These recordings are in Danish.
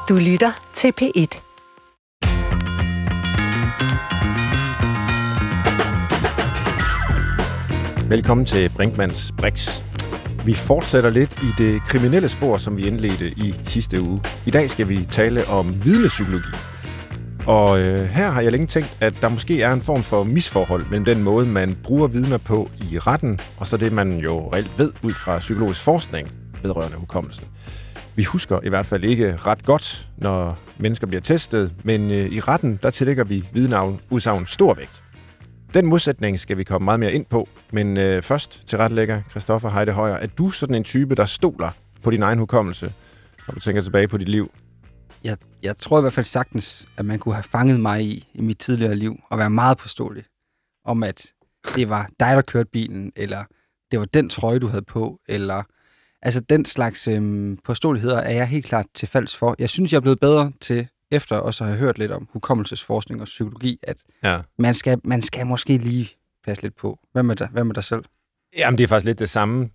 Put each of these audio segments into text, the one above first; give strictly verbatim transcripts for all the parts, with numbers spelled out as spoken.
Du lytter til P et. Velkommen til Brinkmanns Brix. Vi fortsætter lidt i det kriminelle spor, som vi indledte i sidste uge. I dag skal vi tale om vidnepsykologi. Og øh, her har jeg længe tænkt, at der måske er en form for misforhold mellem den måde, man bruger vidner på i retten, og så det, man jo reelt ved ud fra psykologisk forskning vedrørende hukommelsen. Vi husker i hvert fald ikke ret godt, når mennesker bliver testet, men øh, i retten, der tillægger vi vidneudsagn stor vægt. Den modsætning skal vi komme meget mere ind på, men øh, først til retlægger Christoffer Heide Højer. Er du sådan en type, der stoler på din egen hukommelse, når du tænker tilbage på dit liv? Jeg, jeg tror i hvert fald sagtens, at man kunne have fanget mig i, i mit tidligere liv, og være meget påståelig om, at det var dig, der kørte bilen, eller det var den trøje, du havde på, eller... Altså, den slags øhm, påståeligheder er jeg helt klart til falds for. Jeg synes, jeg er blevet bedre til, efter også at have hørt lidt om hukommelsesforskning og psykologi, at ja. man, skal, man skal måske lige passe lidt på. Hvad med dig, hvad med dig selv? Jamen, det er faktisk lidt det samme.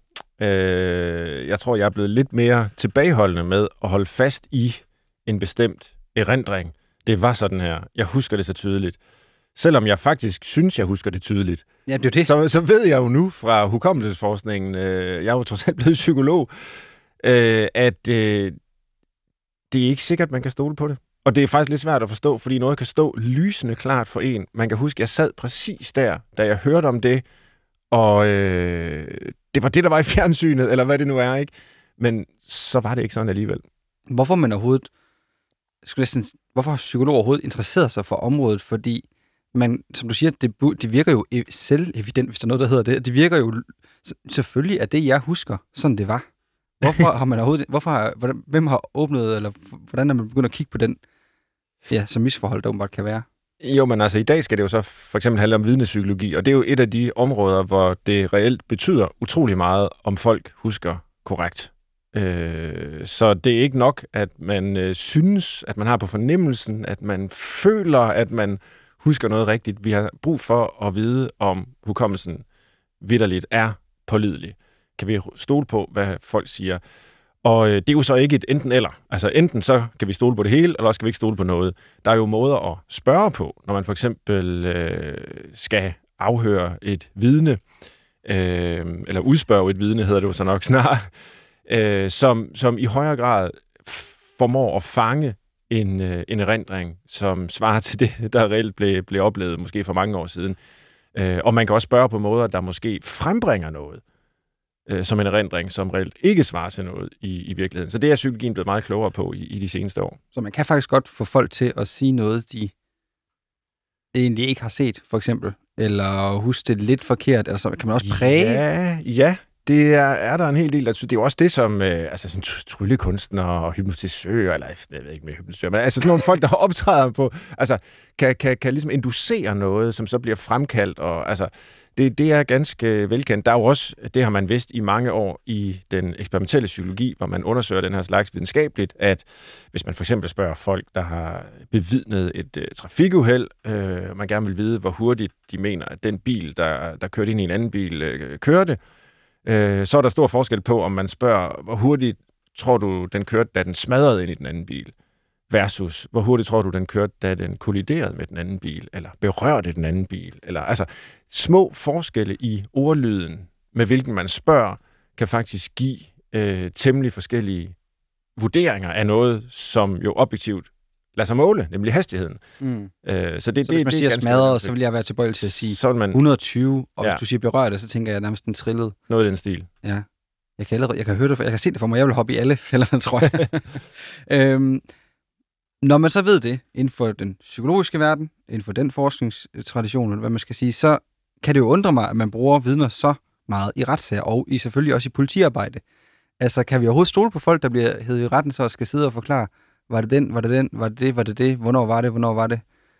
Øh, jeg tror, jeg er blevet lidt mere tilbageholdende med at holde fast i en bestemt erindring. Det var sådan her. Jeg husker det så tydeligt. Selvom jeg faktisk synes, jeg husker det tydeligt, ja, det er det. Så, så ved jeg jo nu fra hukommelsesforskningen, øh, jeg er jo trods alt blevet psykolog, øh, at øh, det er ikke sikkert, man kan stole på det. Og det er faktisk lidt svært at forstå, fordi noget kan stå lysende klart for en. Man kan huske, at jeg sad præcis der, da jeg hørte om det, og øh, det var det, der var i fjernsynet, eller hvad det nu er, ikke? Men så var det ikke sådan alligevel. Hvorfor man overhovedet, skulle jeg, hvorfor har psykologer overhovedet interesseret sig for området? Fordi man, som du siger, det, det virker jo selvevident, hvis der er noget, der hedder det. Det virker jo selvfølgelig, at det, jeg husker, sådan det var. Hvorfor har man overhovedet, hvorfor har, hvordan, hvem har åbnet, eller hvordan er man begyndt at kigge på den, ja, som misforhold, der åbenbart kan være? Jo, men altså i dag skal det jo så for eksempel handle om vidnepsykologi, og det er jo et af de områder, hvor det reelt betyder utrolig meget, om folk husker korrekt. Øh, så det er ikke nok, at man øh, synes, at man har på fornemmelsen, at man føler, at man husker noget rigtigt. Vi har brug for at vide, om hukommelsen vitterligt er pålidelig. Kan vi stole på, hvad folk siger? Og øh, det er jo så ikke et enten eller. Altså enten så kan vi stole på det hele, eller også skal vi ikke stole på noget. Der er jo måder at spørge på, når man for eksempel øh, skal afhøre et vidne, øh, eller udspørge et vidne, hedder det jo så nok snart, øh, som, som i højere grad formår at fange en, øh, en erindring, som svarer til det, der reelt blev, blev oplevet måske for mange år siden. Øh, og man kan også spørge på måder, der måske frembringer noget, øh, som en erindring, som reelt ikke svarer til noget i, i virkeligheden. Så det er psykologien blevet meget klogere på i, i de seneste år. Så man kan faktisk godt få folk til at sige noget, de egentlig ikke har set, for eksempel, eller huske det lidt forkert, eller så kan man også præge. Ja, ja. Det er, er der en hel del, altså det er jo også det, som øh, altså sådan tryllekunstnere og hypnotisører, eller jeg ved ikke med hypnotisører, men altså sådan nogle folk, der optræder på, altså kan, kan, kan ligesom inducere noget, som så bliver fremkaldt, og altså det, det er ganske velkendt. Der er jo også, det har man vidst i mange år i den eksperimentelle psykologi, hvor man undersøger den her slags videnskabeligt, at hvis man for eksempel spørger folk, der har bevidnet et uh, trafikuheld, øh, man gerne vil vide, hvor hurtigt de mener, at den bil, der, der kørte ind i en anden bil, øh, kørte, så er der stor forskel på, om man spørger, hvor hurtigt tror du, den kørte, da den smadrede ind i den anden bil, versus hvor hurtigt tror du, den kørte, da den kolliderede med den anden bil, eller berørte den anden bil. Eller, altså, små forskelle i ordlyden, med hvilken man spørger, kan faktisk give øh, temmelig forskellige vurderinger af noget, som jo objektivt lader sig måle, nemlig hastigheden. Mm. Øh, så det, så det, hvis man det siger smadret, så vil jeg være tilbøjelig til at sige man, et hundrede og tyve, og ja. Hvis du siger berørt, så tænker jeg nærmest en trillet. Noget i den stil. Ja. Jeg kan, allerede, jeg kan høre det, for, jeg kan se det for mig. Jeg vil hoppe i alle fælderne, tror jeg. øhm, når man så ved det, inden for den psykologiske verden, inden for den forskningstradition, eller hvad man skal sige, så kan det jo undre mig, at man bruger vidner så meget i retssager, og i selvfølgelig også i politiarbejde. Altså, kan vi overhovedet stole på folk, der bliver heddet i retten, så skal sidde og forklare, var det den, var det den, var det det, var det det, hvornår var det, hvornår var det?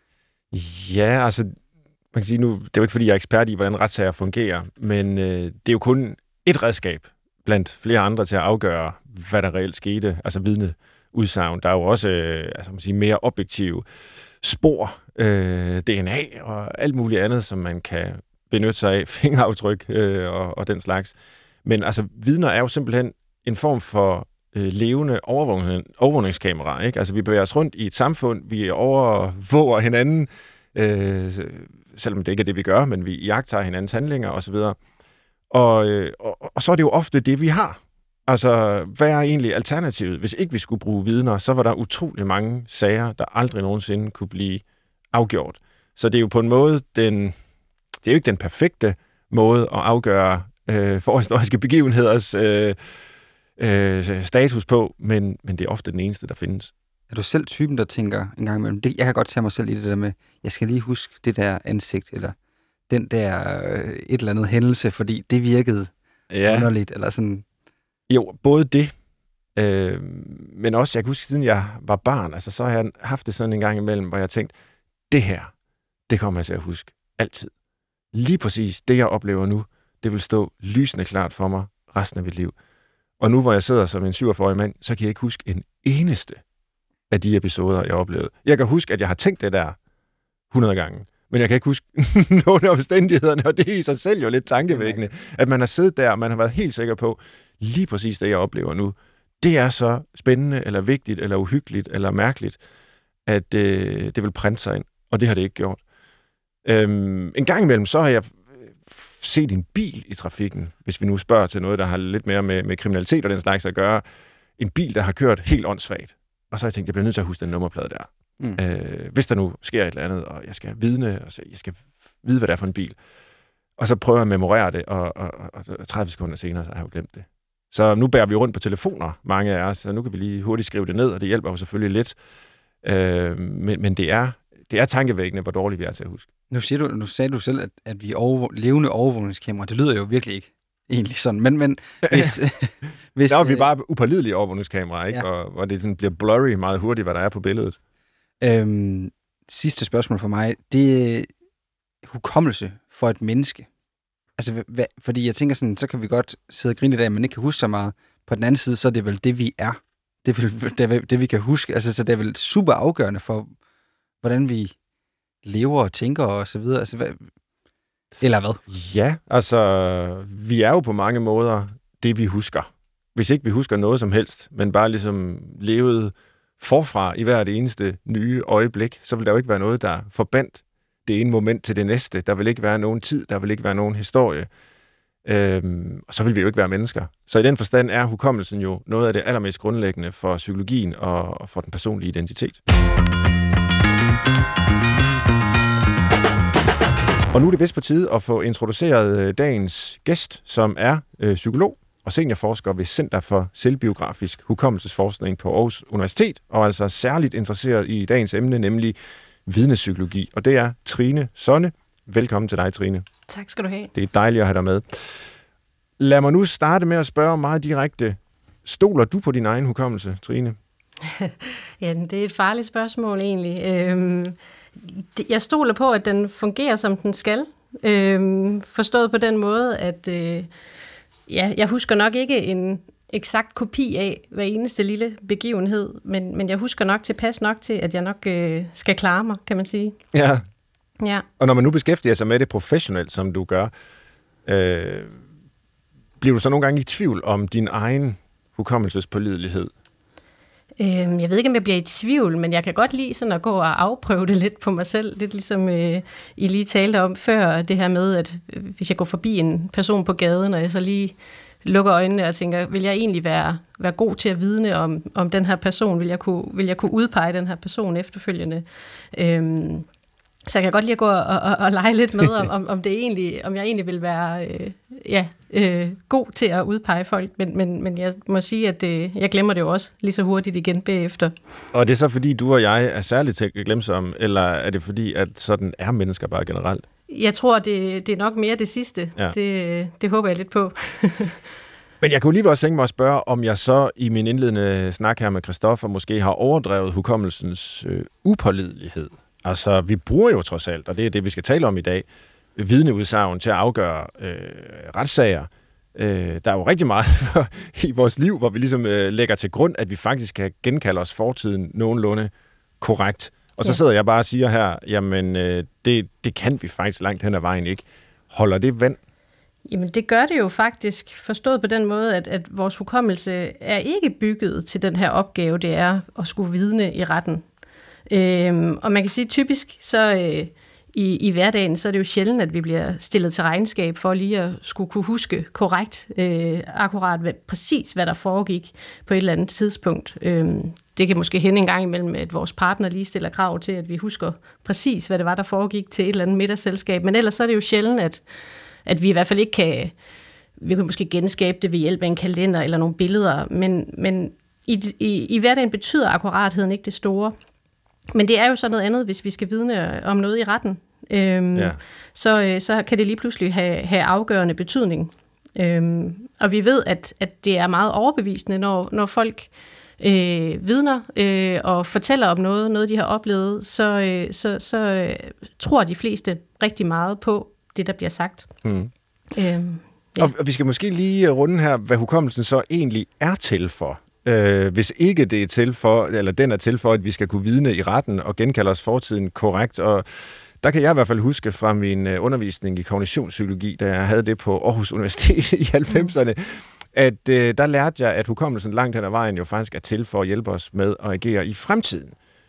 Ja, altså, man kan sige nu, det er jo ikke, fordi jeg er ekspert i, hvordan retssager fungerer, men øh, det er jo kun et redskab blandt flere andre til at afgøre, hvad der reelt skete, altså vidneudsagn. Der er jo også øh, altså, man sige, mere objektive spor, øh, D N A og alt muligt andet, som man kan benytte sig af, fingeraftryk øh, og, og den slags. Men altså, vidner er jo simpelthen en form for øh, levende overvågning, overvågningskameraer. Ikke? Altså, vi bevæger os rundt i et samfund, vi overvåger hinanden, øh, selvom det ikke er det, vi gør, men vi iagttager hinandens handlinger osv. Og, øh, og, og så er det jo ofte det, vi har. Altså, hvad er egentlig alternativet? Hvis ikke vi skulle bruge vidner, så var der utrolig mange sager, der aldrig nogensinde kunne blive afgjort. Så det er jo på en måde den... Det er jo ikke den perfekte måde at afgøre øh, forhistoriske begivenheders øh, øh, status på, men, men det er ofte den eneste, der findes. Er du selv typen, der tænker en gang imellem, det, jeg kan godt tage mig selv i det der med, jeg skal lige huske det der ansigt, eller den der øh, et eller andet hændelse, fordi det virkede ja. underligt, eller sådan... Jo, både det, øh, men også, jeg kan huske, siden jeg var barn, altså så har jeg haft det sådan en gang imellem, hvor jeg tænkte, det her, det kommer jeg til at huske altid. Lige præcis det, jeg oplever nu, det vil stå lysende klart for mig resten af mit liv. Og nu, hvor jeg sidder som en syvogfyrre-årig mand, så kan jeg ikke huske en eneste af de episoder, jeg oplevede. Jeg kan huske, at jeg har tænkt det der hundrede gange, men jeg kan ikke huske nogle af omstændighederne, og det er i sig selv jo lidt tankevækkende, at man har siddet der, og man har været helt sikker på, lige præcis det, jeg oplever nu, det er så spændende, eller vigtigt, eller uhyggeligt, eller mærkeligt, at øh, det vil printe sig ind, og det har det ikke gjort. Øhm, en gang imellem, så har jeg set en bil i trafikken, hvis vi nu spørger til noget, der har lidt mere med, med kriminalitet og den slags at gøre. En bil, der har kørt helt åndssvagt. Og så har jeg tænkt, jeg bliver nødt til at huske den nummerplade der. Mm. Øh, hvis der nu sker et eller andet, og jeg skal vidne, og så jeg skal vide, hvad det er for en bil. Og så prøver jeg at memorere det, og, og, og, og tredive sekunder senere, så har jeg jo glemt det. Så nu bærer vi rundt på telefoner, mange af os, så nu kan vi lige hurtigt skrive det ned, og det hjælper jo selvfølgelig lidt. Øh, men, men det er Det er tankevækkende, hvor dårligt vi er til at huske. Nu, siger du, nu sagde du selv, at, at vi er over, levende overvågningskameraer. Det lyder jo virkelig ikke egentlig sådan. Men, men hvis... hvis der er vi bare upålidelige overvågningskameraer, ikke? Ja. Og, hvor det sådan bliver blurry meget hurtigt, hvad der er på billedet. Øhm, sidste spørgsmål for mig. Det er hukommelse for et menneske. Altså, hvad, fordi jeg tænker sådan, så kan vi godt sidde og grine i dag, men ikke kan huske så meget. På den anden side, så er det vel det, vi er. Det er vel det, er, det vi kan huske. Altså, så det er vel super afgørende for... hvordan vi lever og tænker og så videre. Altså, hvad, eller hvad? Ja, altså, vi er jo på mange måder det, vi husker. Hvis ikke vi husker noget som helst, men bare ligesom levet forfra i hvert eneste nye øjeblik, så vil der jo ikke være noget, der forbandt det ene moment til det næste. Der vil ikke være nogen tid, der vil ikke være nogen historie. Øhm, og så vil vi jo ikke være mennesker. Så i den forstand er hukommelsen jo noget af det allermest grundlæggende for psykologien og for den personlige identitet. Og nu er det vist på tide at få introduceret dagens gæst, som er øh, psykolog og seniorforsker ved Center for Selvbiografisk Hukommelsesforskning på Aarhus Universitet, og altså særligt interesseret i dagens emne, nemlig vidnepsykologi. Og det er Trine Sonne. Velkommen til dig, Trine. Tak skal du have. Det er dejligt at have dig med. Lad mig nu starte med at spørge meget direkte. Stoler du på din egen hukommelse, Trine? Ja, det er et farligt spørgsmål egentlig. Øhm, jeg stoler på, at den fungerer, som den skal. Øhm, forstået på den måde, at øh, ja, jeg husker nok ikke en eksakt kopi af hver eneste lille begivenhed, men, men jeg husker nok tilpas nok til, at jeg nok øh, skal klare mig, kan man sige. Ja. Ja. Og når man nu beskæftiger sig med det professionelt, som du gør, øh, bliver du så nogle gange i tvivl om din egen hukommelsespålidelighed? Øhm, jeg ved ikke, om jeg bliver i tvivl, men jeg kan godt lide sådan at gå og afprøve det lidt på mig selv. Lidt ligesom øh, I lige talte om før, det her med, at øh, hvis jeg går forbi en person på gaden, og jeg så lige lukker øjnene og tænker, vil jeg egentlig være, være god til at vidne om, om den her person? Vil jeg, kunne, vil jeg kunne udpege den her person efterfølgende? Øhm, Så jeg kan godt lige gå og, og, og lege lidt med, om, om, om, det egentlig, om jeg egentlig vil være øh, ja, øh, god til at udpege folk. Men, men, men jeg må sige, at øh, jeg glemmer det jo også lige så hurtigt igen bagefter. Og er det så fordi, du og jeg er særligt til at glemme om, eller er det fordi, at sådan er mennesker bare generelt? Jeg tror, det, det er nok mere det sidste. Ja. Det, det håber jeg lidt på. Men jeg kunne lige også tænke mig at spørge, om jeg så i min indledende snak her med Christoffer måske har overdrevet hukommelsens øh, upålidelighed. Altså, vi bruger jo trods alt, og det er det, vi skal tale om i dag, vidneudsagn til at afgøre øh, retssager. Øh, der er jo rigtig meget i vores liv, hvor vi ligesom øh, lægger til grund, at vi faktisk kan genkalde os fortiden nogenlunde korrekt. Og så ja. sidder jeg bare og siger her, jamen, øh, det, det kan vi faktisk langt hen ad vejen ikke. Holder det vand? Jamen det gør det jo faktisk, forstået på den måde, at, at vores hukommelse er ikke bygget til den her opgave, det er at skulle vidne i retten. Øhm, og man kan sige, typisk så øh, i, i hverdagen, så er det jo sjældent, at vi bliver stillet til regnskab for lige at skulle kunne huske korrekt, øh, akkurat hvad, præcis, hvad der foregik på et eller andet tidspunkt. Øhm, det kan måske hænde en gang imellem, at vores partner lige stiller krav til, at vi husker præcis, hvad det var, der foregik til et eller andet middagsselskab. Men ellers så er det jo sjældent, at at vi i hvert fald ikke kan, vi kan måske genskabe det ved hjælp af en kalender eller nogle billeder, men, men i, i, i hverdagen betyder akkuratheden ikke det store. Men det er jo så noget andet, hvis vi skal vidne om noget i retten. Øhm, ja. så, så kan det lige pludselig have, have afgørende betydning. Øhm, og vi ved, at, at det er meget overbevisende, når, når folk øh, vidner øh, og fortæller om noget, noget de har oplevet, så, øh, så, så øh, tror de fleste rigtig meget på det, der bliver sagt. Mm. Øhm, ja. og, og vi skal måske lige runde her, hvad hukommelsen så egentlig er til for. Øh, hvis ikke det er til for, eller den er til for, at vi skal kunne vidne i retten og genkalde os fortiden korrekt. Og der kan jeg i hvert fald huske fra min undervisning i kognitionspsykologi, da jeg havde det på Aarhus Universitet i halvfemserne, mm. at øh, der lærte jeg, at hukommelsen langt hen ad vejen jo faktisk er til for at hjælpe os med at agere i fremtiden.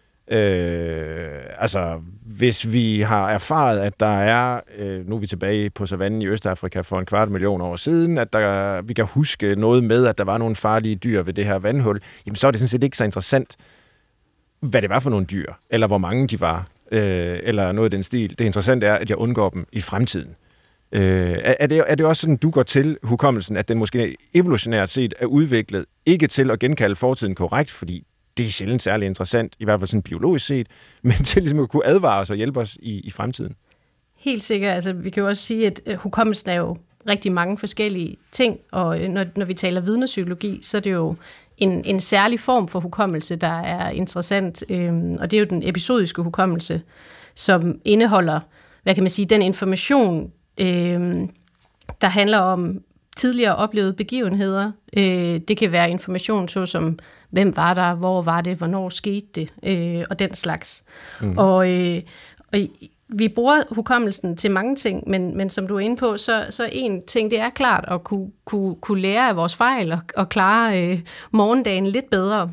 Øh, altså, hvis vi har erfaret, at der er, øh, nu er vi tilbage på savannen i Østafrika for en kvart million år siden, at der, vi kan huske noget med, at der var nogle farlige dyr ved det her vandhul, jamen så er det sådan set ikke så interessant, hvad det var for nogle dyr, eller hvor mange de var, øh, eller noget i den stil. Det interessante er, at jeg undgår dem i fremtiden. Øh, er, det, er det også sådan, du går til hukommelsen, at den måske evolutionært set er udviklet, ikke til at genkalde fortiden korrekt, fordi det er sjældent særlig interessant, i hvert fald sådan biologisk set, men til ligesom at kunne advare os og hjælpe os i, i fremtiden? Helt sikkert. Altså, vi kan jo også sige, at hukommelsen er jo rigtig mange forskellige ting, og når, når vi taler vidnepsykologi, så er det jo en, en særlig form for hukommelse, der er interessant, øhm, og det er jo den episodiske hukommelse, som indeholder, hvad kan man sige, den information, øhm, der handler om tidligere oplevede begivenheder. Øh, det kan være information såsom, hvem var der, hvor var det, hvornår skete det, øh, og den slags. Mm. Og, øh, og vi bruger hukommelsen til mange ting, men, men som du er inde på, så, så en ting, det er klart at kunne, kunne, kunne lære af vores fejl og, og klare øh, morgendagen lidt bedre.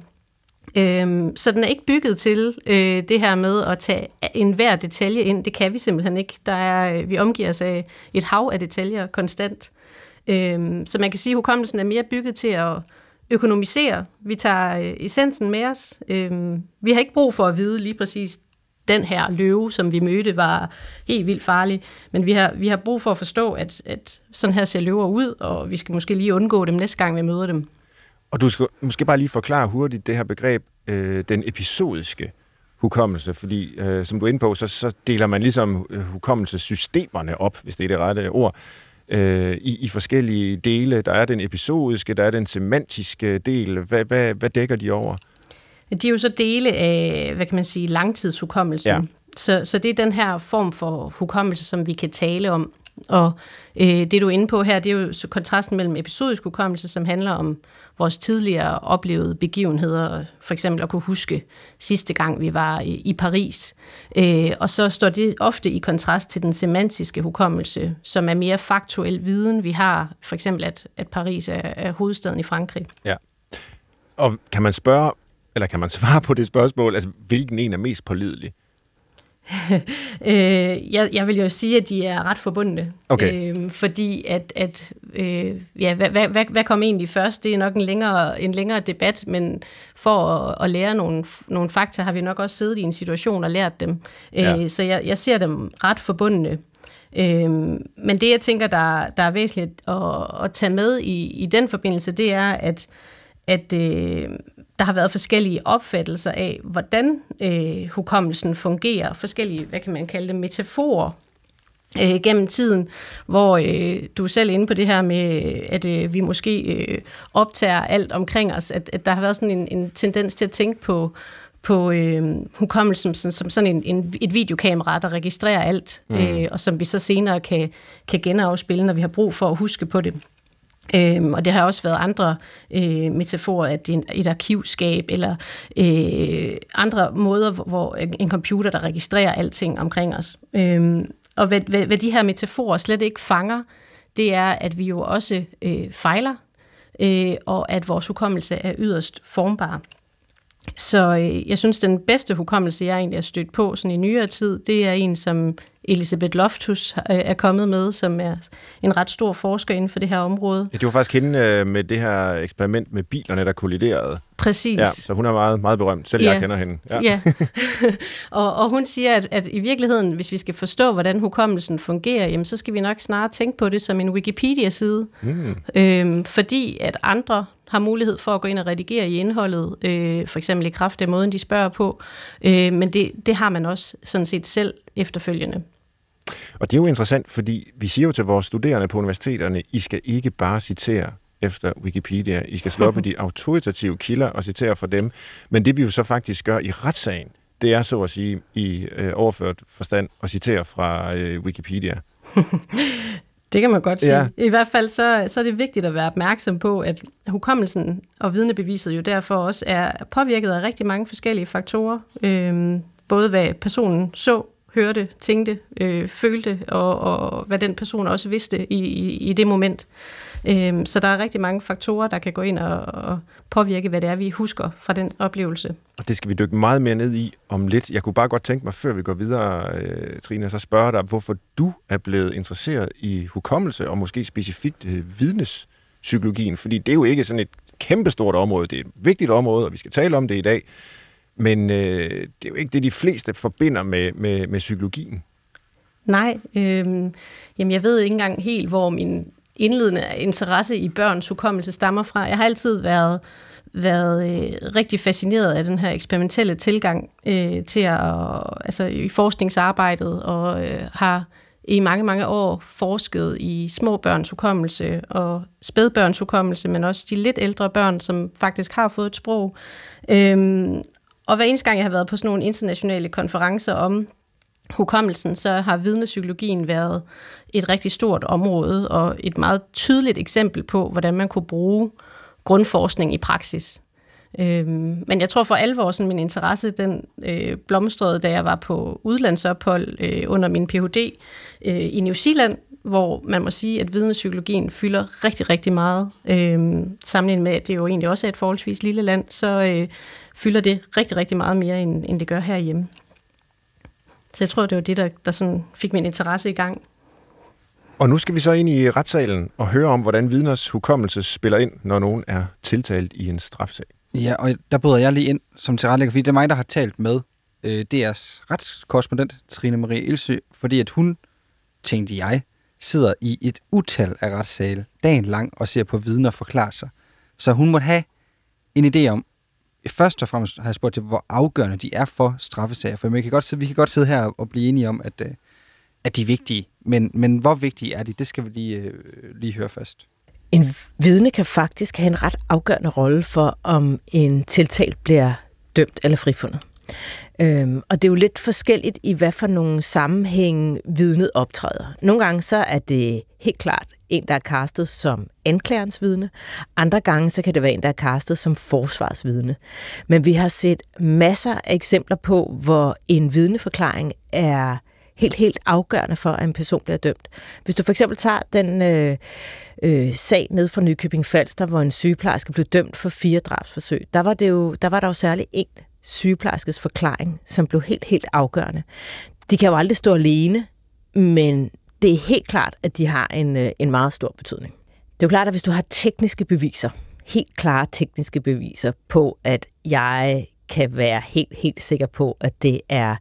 Øhm, så den er ikke bygget til øh, det her med at tage enhver detalje ind. Det kan vi simpelthen ikke. Der er, vi omgiver os af et hav af detaljer konstant. Øhm, så man kan sige, at hukommelsen er mere bygget til at økonomisere. Vi tager øh, essensen med os. Øhm, vi har ikke brug for at vide lige præcis, den her løve, som vi mødte, var helt vildt farlig. Men vi har, vi har brug for at forstå, at, at sådan her ser løver ud, og vi skal måske lige undgå dem næste gang, vi møder dem. Og du skal måske bare lige forklare hurtigt det her begreb, øh, den episodiske hukommelse, fordi øh, som du er inde på, så, så deler man ligesom øh, hukommelsessystemerne op, hvis det er det rette ord, øh, i, i forskellige dele. Der er den episodiske, der er den semantiske del. Hvad, hvad, hvad dækker de over? De er jo så dele af, hvad kan man sige, langtidshukommelsen. Ja. Så, så det er den her form for hukommelse, som vi kan tale om. Og øh, det, du er inde på her, det er jo så kontrasten mellem episodisk hukommelse, som handler om vores tidligere oplevede begivenheder, for eksempel at kunne huske sidste gang, vi var i, i Paris. Øh, og så står det ofte i kontrast til den semantiske hukommelse, som er mere faktuel viden. Vi har for eksempel, at, at Paris er, er hovedstaden i Frankrig. Ja. Og kan man spørge, eller kan man svare på det spørgsmål, altså hvilken en er mest pålidelig? øh, jeg, jeg vil jo sige, at de er ret forbundne. Okay. Øh, fordi at, at øh, ja, hvad, hvad, hvad, hvad kom egentlig først? Det er nok en længere, en længere debat, men for at, at lære nogle, nogle fakta, har vi nok også siddet i en situation og lært dem. Ja. Øh, så jeg, jeg ser dem ret forbundne. Øh, men det, jeg tænker, der, der er væsentligt at, at tage med i, i den forbindelse, det er, at, at øh, der har været forskellige opfattelser af, hvordan øh, hukommelsen fungerer. Forskellige, hvad kan man kalde det, metaforer øh, gennem tiden, hvor øh, du er selv inde på det her med, at øh, vi måske øh, optager alt omkring os. At, at der har været sådan en, en tendens til at tænke på, på øh, hukommelsen som, som sådan en, en, et videokamera, der registrerer alt, mm. øh, og som vi så senere kan, kan genafspille, når vi har brug for at huske på det. Øhm, og det har også været andre øh, metaforer, at det er et arkivskab, eller øh, andre måder, hvor en computer, der registrerer alting omkring os. Øhm, og hvad, hvad, hvad de her metaforer slet ikke fanger, det er, at vi jo også øh, fejler, øh, og at vores hukommelse er yderst formbar. Så øh, jeg synes, den bedste hukommelse, jeg egentlig har stødt på sådan i nyere tid, det er en, som Elisabeth Loftus øh, er kommet med, som er en ret stor forsker inden for det her område. Ja, det var faktisk hende øh, med det her eksperiment med bilerne, der kolliderede. Præcis. Ja, så hun er meget, meget berømt, selv ja. jeg kender hende. Ja, ja. og, og hun siger, at, at i virkeligheden, hvis vi skal forstå, hvordan hukommelsen fungerer, jamen, så skal vi nok snarere tænke på det som en Wikipedia-side. Mm. Øhm, fordi at andre har mulighed for at gå ind og redigere i indholdet, øh, for eksempel i kraft af måden, de spørger på. Øh, men det, det har man også sådan set selv efterfølgende. Og det er jo interessant, fordi vi siger jo til vores studerende på universiteterne, I skal ikke bare citere efter Wikipedia. I skal slå op i de autoritative kilder og citere fra dem. Men det vi jo så faktisk gør i retssagen, det er så at sige i øh, overført forstand at citere fra øh, Wikipedia. Det kan man godt sige. Ja. I hvert fald så, så er det vigtigt at være opmærksom på, at hukommelsen og vidnebeviset jo derfor også er påvirket af rigtig mange forskellige faktorer. Øhm, både hvad personen så, hørte, tænkte, øh, følte, og, og hvad den person også vidste i, i, i det moment. Øhm, så der er rigtig mange faktorer, der kan gå ind og, og påvirke, hvad det er, vi husker fra den oplevelse. Og det skal vi dykke meget mere ned i om lidt. Jeg kunne bare godt tænke mig, før vi går videre, øh, Trine, så spørge dig, hvorfor du er blevet interesseret i hukommelse, og måske specifikt øh, vidnespsykologien. Fordi det er jo ikke sådan et kæmpestort område. Det er et vigtigt område, og vi skal tale om det i dag. Men øh, det er jo ikke det, de fleste forbinder med, med, med psykologien. Nej, øh, jamen jeg ved ikke engang helt, hvor min indledende interesse i børns hukommelse stammer fra. Jeg har altid været, været øh, rigtig fascineret af den her eksperimentelle tilgang øh, til at, altså i forskningsarbejdet, og øh, har i mange, mange år forsket i små børns hukommelse og spædbørns hukommelse, men også de lidt ældre børn, som faktisk har fået et sprog. Øhm, og hver eneste gang, jeg har været på sådan nogle internationale konferencer om hukommelsen, så har vidnepsykologien været et rigtig stort område og et meget tydeligt eksempel på, hvordan man kunne bruge grundforskning i praksis. Øhm, men jeg tror for alvor, sådan min interesse, den øh, blomstrede, da jeg var på udlandsophold øh, under min P H D øh, i New Zealand, hvor man må sige, at vidnepsykologien fylder rigtig, rigtig meget. Øhm, sammenlignet med, at det jo egentlig også er et forholdsvis lille land, så øh, fylder det rigtig, rigtig meget mere, end, end det gør herhjemme. Så jeg tror, det var det, der, der sådan fik min interesse i gang. Og nu skal vi så ind i retssalen og høre om, hvordan vidners hukommelse spiller ind, når nogen er tiltalt i en strafsag. Ja, og der bryder jeg lige ind som tilrettelægger, fordi det er mig, der har talt med øh, D R's retskorrespondent, Trine Marie Ilsøe, fordi at hun, tænkte jeg, sidder i et utal af retssale dagen lang og ser på vidner forklare sig. Så hun måtte have en idé om, først og fremmest har jeg spurgt til, hvor afgørende de er for straffesager. For vi kan godt, vi kan godt sidde her og blive enige om, at, at de er vigtige. Men, men hvor vigtige er de? Det skal vi lige, lige høre først. En vidne kan faktisk have en ret afgørende rolle for, om en tiltalt bliver dømt eller frifundet. Øhm, og det er jo lidt forskelligt i, hvad for nogle sammenhænge vidnet optræder. Nogle gange så er det helt klart en, der er castet som anklagerens vidne. Andre gange så kan det være en, der er castet som forsvarsvidne. Men vi har set masser af eksempler på, hvor en vidneforklaring er helt, helt afgørende for, at en person bliver dømt. Hvis du for eksempel tager den øh, øh, sag ned fra Nykøbing Falster, hvor en sygeplejerske blev dømt for fire drabsforsøg, der var, det jo, der var der jo særligt en sygeplejerskes forklaring, som blev helt, helt afgørende. De kan jo aldrig stå alene, men det er helt klart, at de har en, en meget stor betydning. Det er jo klart, at hvis du har tekniske beviser, helt klare tekniske beviser på, at jeg kan være helt, helt sikker på, at det er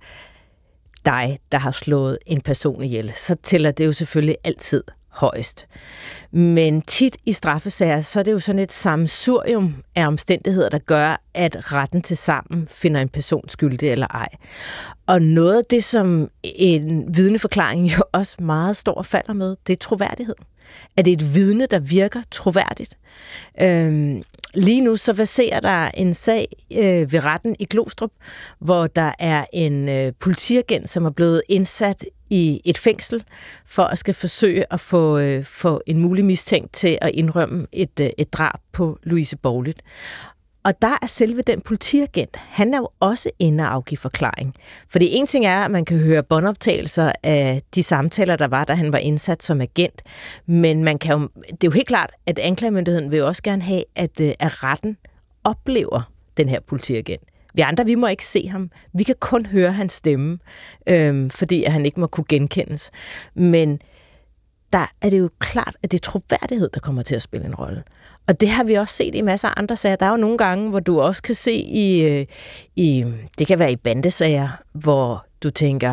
dig, der har slået en person ihjel, så tæller det jo selvfølgelig altid højst. Men tit i straffesager, så er det jo sådan et sammensurium af omstændigheder, der gør, at retten til sammen finder en person skyldig eller ej. Og noget af det, som en vidneforklaring jo også meget står og falder med, det er troværdighed. Er det et vidne, der virker troværdigt? Øhm, lige nu så verserer der en sag øh, ved retten i Glostrup, hvor der er en øh, politiagent, som er blevet indsat i et fængsel for at skal forsøge at få, øh, få en mulig mistænkt til at indrømme et, øh, et drab på Louise Bowlet. Og der er selve den politiagent, han er jo også inde og afgive forklaring. Fordi en ting er, at man kan høre båndoptagelser af de samtaler, der var, da han var indsat som agent. Men man kan jo, det er jo helt klart, at anklagemyndigheden vil jo også gerne have, at, at retten oplever den her politiagent. Vi andre, vi må ikke se ham. Vi kan kun høre hans stemme, øhm, fordi han ikke må kunne genkendes. Men der er det jo klart, at det er troværdighed, der kommer til at spille en rolle. Og det har vi også set i masser af andre sager. Der er jo nogle gange, hvor du også kan se i, i det kan være i bandesager, hvor du tænker,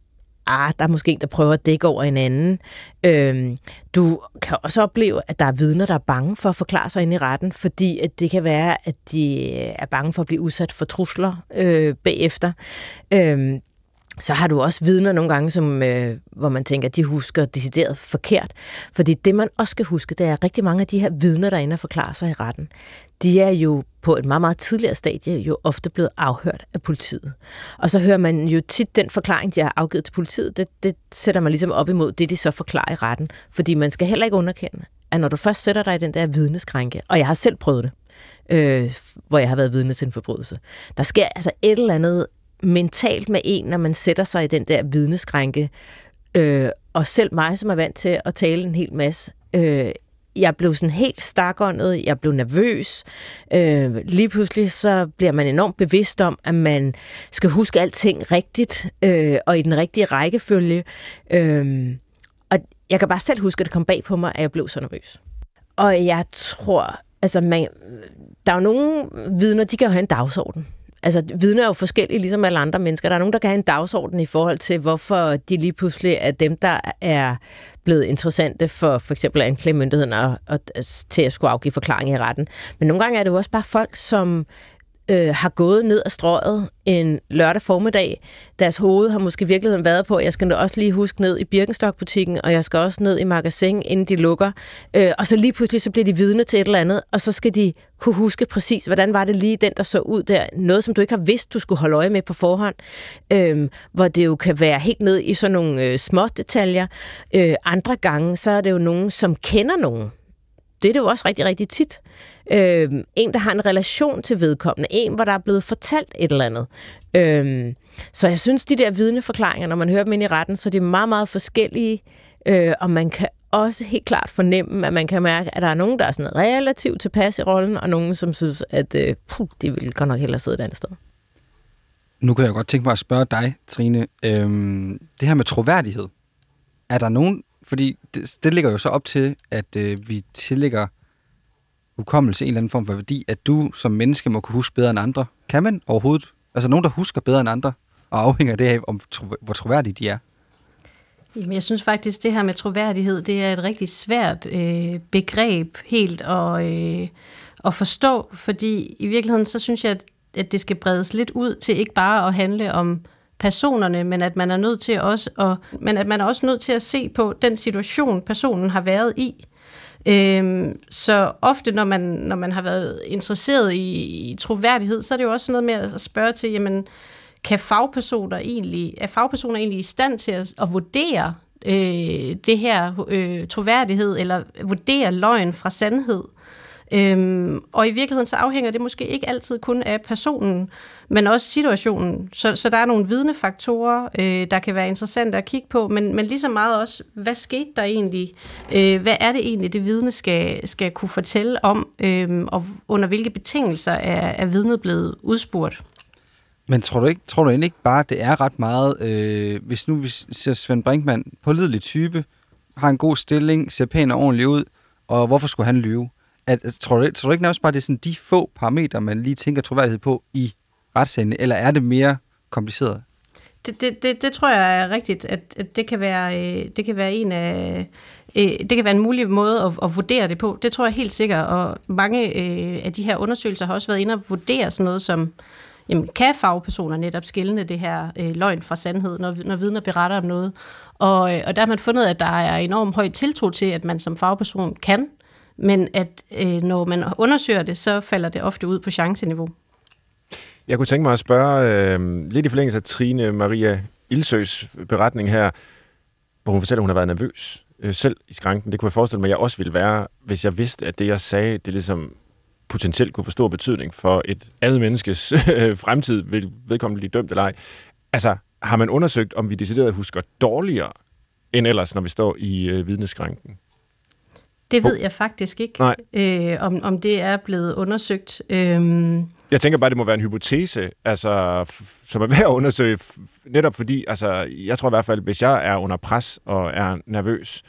ah, der er måske en, der prøver at dække over en anden. Øhm, du kan også opleve, at der er vidner, der er bange for at forklare sig ind i retten, fordi at det kan være, at de er bange for at blive udsat for trusler øh, bagefter. Øhm, Så har du også vidner nogle gange, som, øh, hvor man tænker, at de husker decideret forkert. Fordi det, man også skal huske, det er, at rigtig mange af de her vidner, der er inde og forklarer sig i retten, de er jo på et meget, meget tidligere stadie jo ofte blevet afhørt af politiet. Og så hører man jo tit den forklaring, de har afgivet til politiet, det, det sætter man ligesom op imod det, de så forklarer i retten. Fordi man skal heller ikke underkende, at når du først sætter dig i den der vidneskrænke, og jeg har selv prøvet det, øh, hvor jeg har været vidne til en forbrydelse, der sker altså et eller andet mentalt med en, når man sætter sig i den der vidneskrænke. Øh, og selv mig, som er vant til at tale en hel masse, øh, jeg blev sådan helt stakåndet, jeg blev nervøs. Øh, lige pludselig så bliver man enormt bevidst om, at man skal huske alting rigtigt, øh, og i den rigtige rækkefølge. Øh, og jeg kan bare selv huske, at det kom bag på mig, at jeg blev så nervøs. Og jeg tror, altså man, der er jo nogle vidner, de kan jo have en dagsorden. Altså, vidner er jo forskellige, ligesom alle andre mennesker. Der er nogen, der kan have en dagsorden i forhold til, hvorfor de lige pludselig er dem, der er blevet interessante for for eksempel anklagemyndigheden og, og, til at skulle afgive forklaring i retten. Men nogle gange er det jo også bare folk, som øh, har gået ned ad strøget en lørdag formiddag. Deres hoved har måske i virkeligheden været på, jeg skal også lige huske ned i Birkenstock-butikken, og jeg skal også ned i magasin, inden de lukker. Øh, og så lige pludselig så bliver de vidne til et eller andet, og så skal de kunne huske præcis, hvordan var det lige den, der så ud der. Noget, som du ikke har vidst, du skulle holde øje med på forhånd. Øh, hvor det jo kan være helt ned i sådan nogle øh, små detaljer. Øh, andre gange, så er det jo nogen, som kender nogen. Det er det jo også rigtig, rigtig tit. Øh, en, der har en relation til vedkommende. En, hvor der er blevet fortalt et eller andet. Øh, så jeg synes, de der vidneforklaringer, når man hører dem ind i retten, så er de meget, meget forskellige. Øh, og man kan også helt klart fornemme, at man kan mærke, at der er nogen, der er sådan relativt tilpas i rollen, og nogen, som synes, at øh, puh, de vil godt nok hellere sidde et andet sted. Nu kan jeg godt tænke mig at spørge dig, Trine. Øhm, det her med troværdighed. Er der nogen... Fordi det, det ligger jo så op til, at øh, vi tillægger hukommelse en eller anden form for værdi, at du som menneske må kunne huske bedre end andre. Kan man overhovedet? Altså nogen, der husker bedre end andre, og afhænger det af, om, hvor troværdige de er? Jamen, jeg synes faktisk, det her med troværdighed, det er et rigtig svært øh, begreb helt at, øh, at forstå, fordi i virkeligheden, så synes jeg, at, at det skal bredes lidt ud til ikke bare at handle om personerne, men at man er nødt til også at, men at man er også nødt til at se på den situation, personen har været i. Øhm, så ofte, når man, når man har været interesseret i, i troværdighed, så er det jo også noget med at spørge til, jamen, kan fagpersoner egentlig, er fagpersoner egentlig i stand til at, at vurdere øh, det her øh, troværdighed, eller vurdere løgn fra sandhed? Øhm, og i virkeligheden så afhænger det måske ikke altid kun af personen, men også situationen. Så, så der er nogle vidnefaktorer, øh, der kan være interessante at kigge på, men, men lige så meget også, hvad skete der egentlig? Øh, hvad er det egentlig, det vidne skal, skal kunne fortælle om, øh, og under hvilke betingelser er, er vidnet blevet udspurgt? Men tror du ikke, tror du egentlig ikke bare, det er ret meget, øh, hvis nu vi ser Svend Brinkmann, pålidelig type, har en god stilling, ser pæn og ordentlig ud, og hvorfor skulle han lyve? At, at, tror, du, tror du ikke nærmest bare, det er sådan de få parametre, man lige tænker troværdighed på i retssagen, eller er det mere kompliceret? Det, det, det, det tror jeg er rigtigt, at, at det kan være det kan være en af det kan være en mulig måde at, at vurdere det på. Det tror jeg helt sikkert, og mange øh, af de her undersøgelser har også været inde og vurdere sådan noget som, jamen, kan fagpersoner netop skelne det her øh, løgn fra sandhed, når, når vidner beretter om noget. Og, og der har man fundet, at der er enormt høj tiltro til, at man som fagperson kan, men at øh, når man undersøger det, så falder det ofte ud på chanceniveau. Jeg kunne tænke mig at spørge, øh, lidt i forlængelse af Trine Maria Ildsøs beretning her, hvor hun fortæller, at hun har været nervøs øh, selv i skranken. Det kunne jeg forestille mig, at jeg også ville være, hvis jeg vidste, at det, jeg sagde, det ligesom potentielt kunne få stor betydning for et andet menneskes fremtid, vil vedkommende blive dømt eller ej. Altså, har man undersøgt, om vi decideret husker dårligere end ellers, når vi står i øh, vidneskranken? Det ved jeg faktisk ikke, øh, om, om det er blevet undersøgt. Øhm. Jeg tænker bare, det må være en hypotese, altså, f- som er værd at undersøge, f- netop fordi, altså, jeg tror i hvert fald, hvis jeg er under pres og er nervøs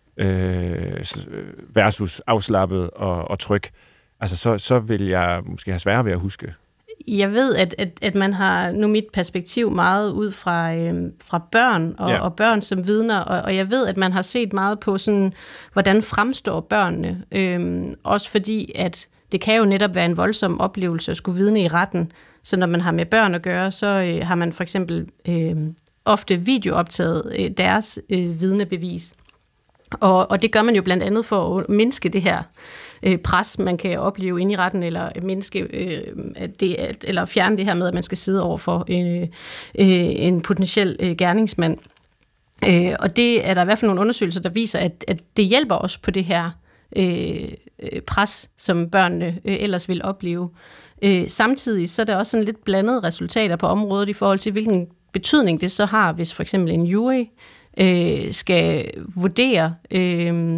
øh, versus afslappet og, og tryg, altså, så, så vil jeg måske have sværere ved at huske. Jeg ved, at, at, at man har nu mit perspektiv meget ud fra, øh, fra børn og, ja. og børn som vidner, og, og jeg ved, at man har set meget på, sådan, hvordan fremstår børnene. Øh, også fordi, at det kan jo netop være en voldsom oplevelse at skulle vidne i retten. Så når man har med børn at gøre, så øh, har man for eksempel øh, ofte videooptaget øh, deres øh, vidnebevis. Og, og det gør man jo blandt andet for at mindske det her øh, pres, man kan opleve inde i retten, eller mindske øh, at det, at, eller fjerne det her med, at man skal sidde over for en, øh, en potentiel øh, gerningsmand. Øh, og det er der i hvert fald nogle undersøgelser, der viser, at, at det hjælper os på det her øh, pres, som børnene øh, ellers vil opleve. Øh, samtidig så er der også sådan lidt blandede resultater på området i forhold til, hvilken betydning det så har, hvis for eksempel en jury øh, skal vurdere øh,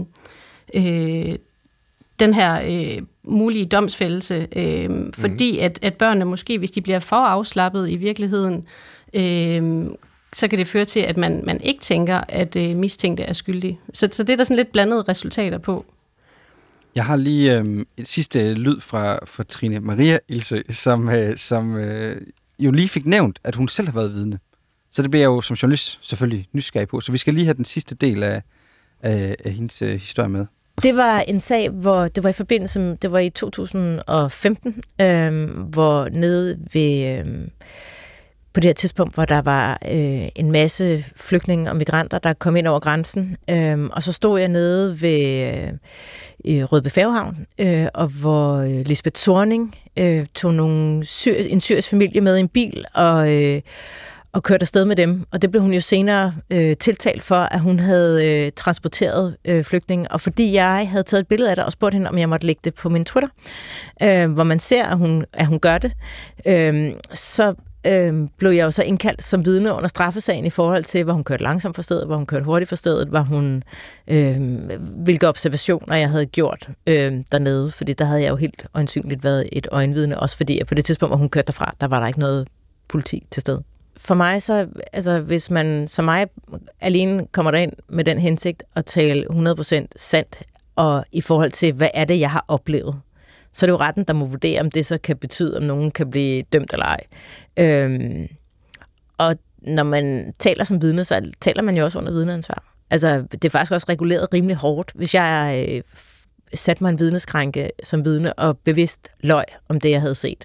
øh, den her øh, mulige domsfældelse, øh, mm. fordi at, at børnene måske, hvis de bliver for afslappet i virkeligheden, øh, så kan det føre til, at man, man ikke tænker, at øh, mistænkte er skyldig. Så, så det er der sådan lidt blandede resultater på. Jeg har lige øh, et sidste lyd fra, fra Trine Maria Ilse, som, øh, som øh, jo lige fik nævnt, at hun selv har været vidne. Så det bliver jeg jo som journalist selvfølgelig nysgerrig på. Så vi skal lige have den sidste del af, af, af hendes øh, historie med. Det var en sag, hvor det var i forbindelse med, det var i to tusind og femten, øh, hvor nede ved, øh, på det her tidspunkt, hvor der var øh, en masse flygtninge og migranter, der kom ind over grænsen, øh, og så stod jeg nede ved øh, i Rødby Færgehavn, øh, og hvor øh, Lisbeth Zornig øh, tog nogle syr, en syrisk familie med i en bil, og øh, og kørte afsted med dem. Og det blev hun jo senere øh, tiltalt for, at hun havde øh, transporteret øh, flygtninge. Og fordi jeg havde taget et billede af det og spurgt hende, om jeg måtte lægge det på min Twitter, øh, hvor man ser, at hun, at hun gør det, øh, så øh, blev jeg jo så indkaldt som vidne under straffesagen i forhold til, hvor hun kørte langsomt for stedet, hvor hun kørte hurtigt for stedet, hvor hun, øh, hvilke observationer jeg havde gjort øh, dernede. Fordi der havde jeg jo helt øjensynligt været et øjenvidne, også fordi på det tidspunkt, hvor hun kørte derfra, der var der ikke noget politi til stede. For mig så, altså hvis man som mig alene kommer derind med den hensigt at tale hundrede procent sandt, og i forhold til, hvad er det, jeg har oplevet, så er det jo retten, der må vurdere, om det så kan betyde, om nogen kan blive dømt eller ej. Øhm, og når man taler som vidne, så taler man jo også under vidneansvar. Altså, det er faktisk også reguleret rimelig hårdt. Hvis jeg øh, satte mig en vidneskrænke som vidne og bevidst løg om det, jeg havde set,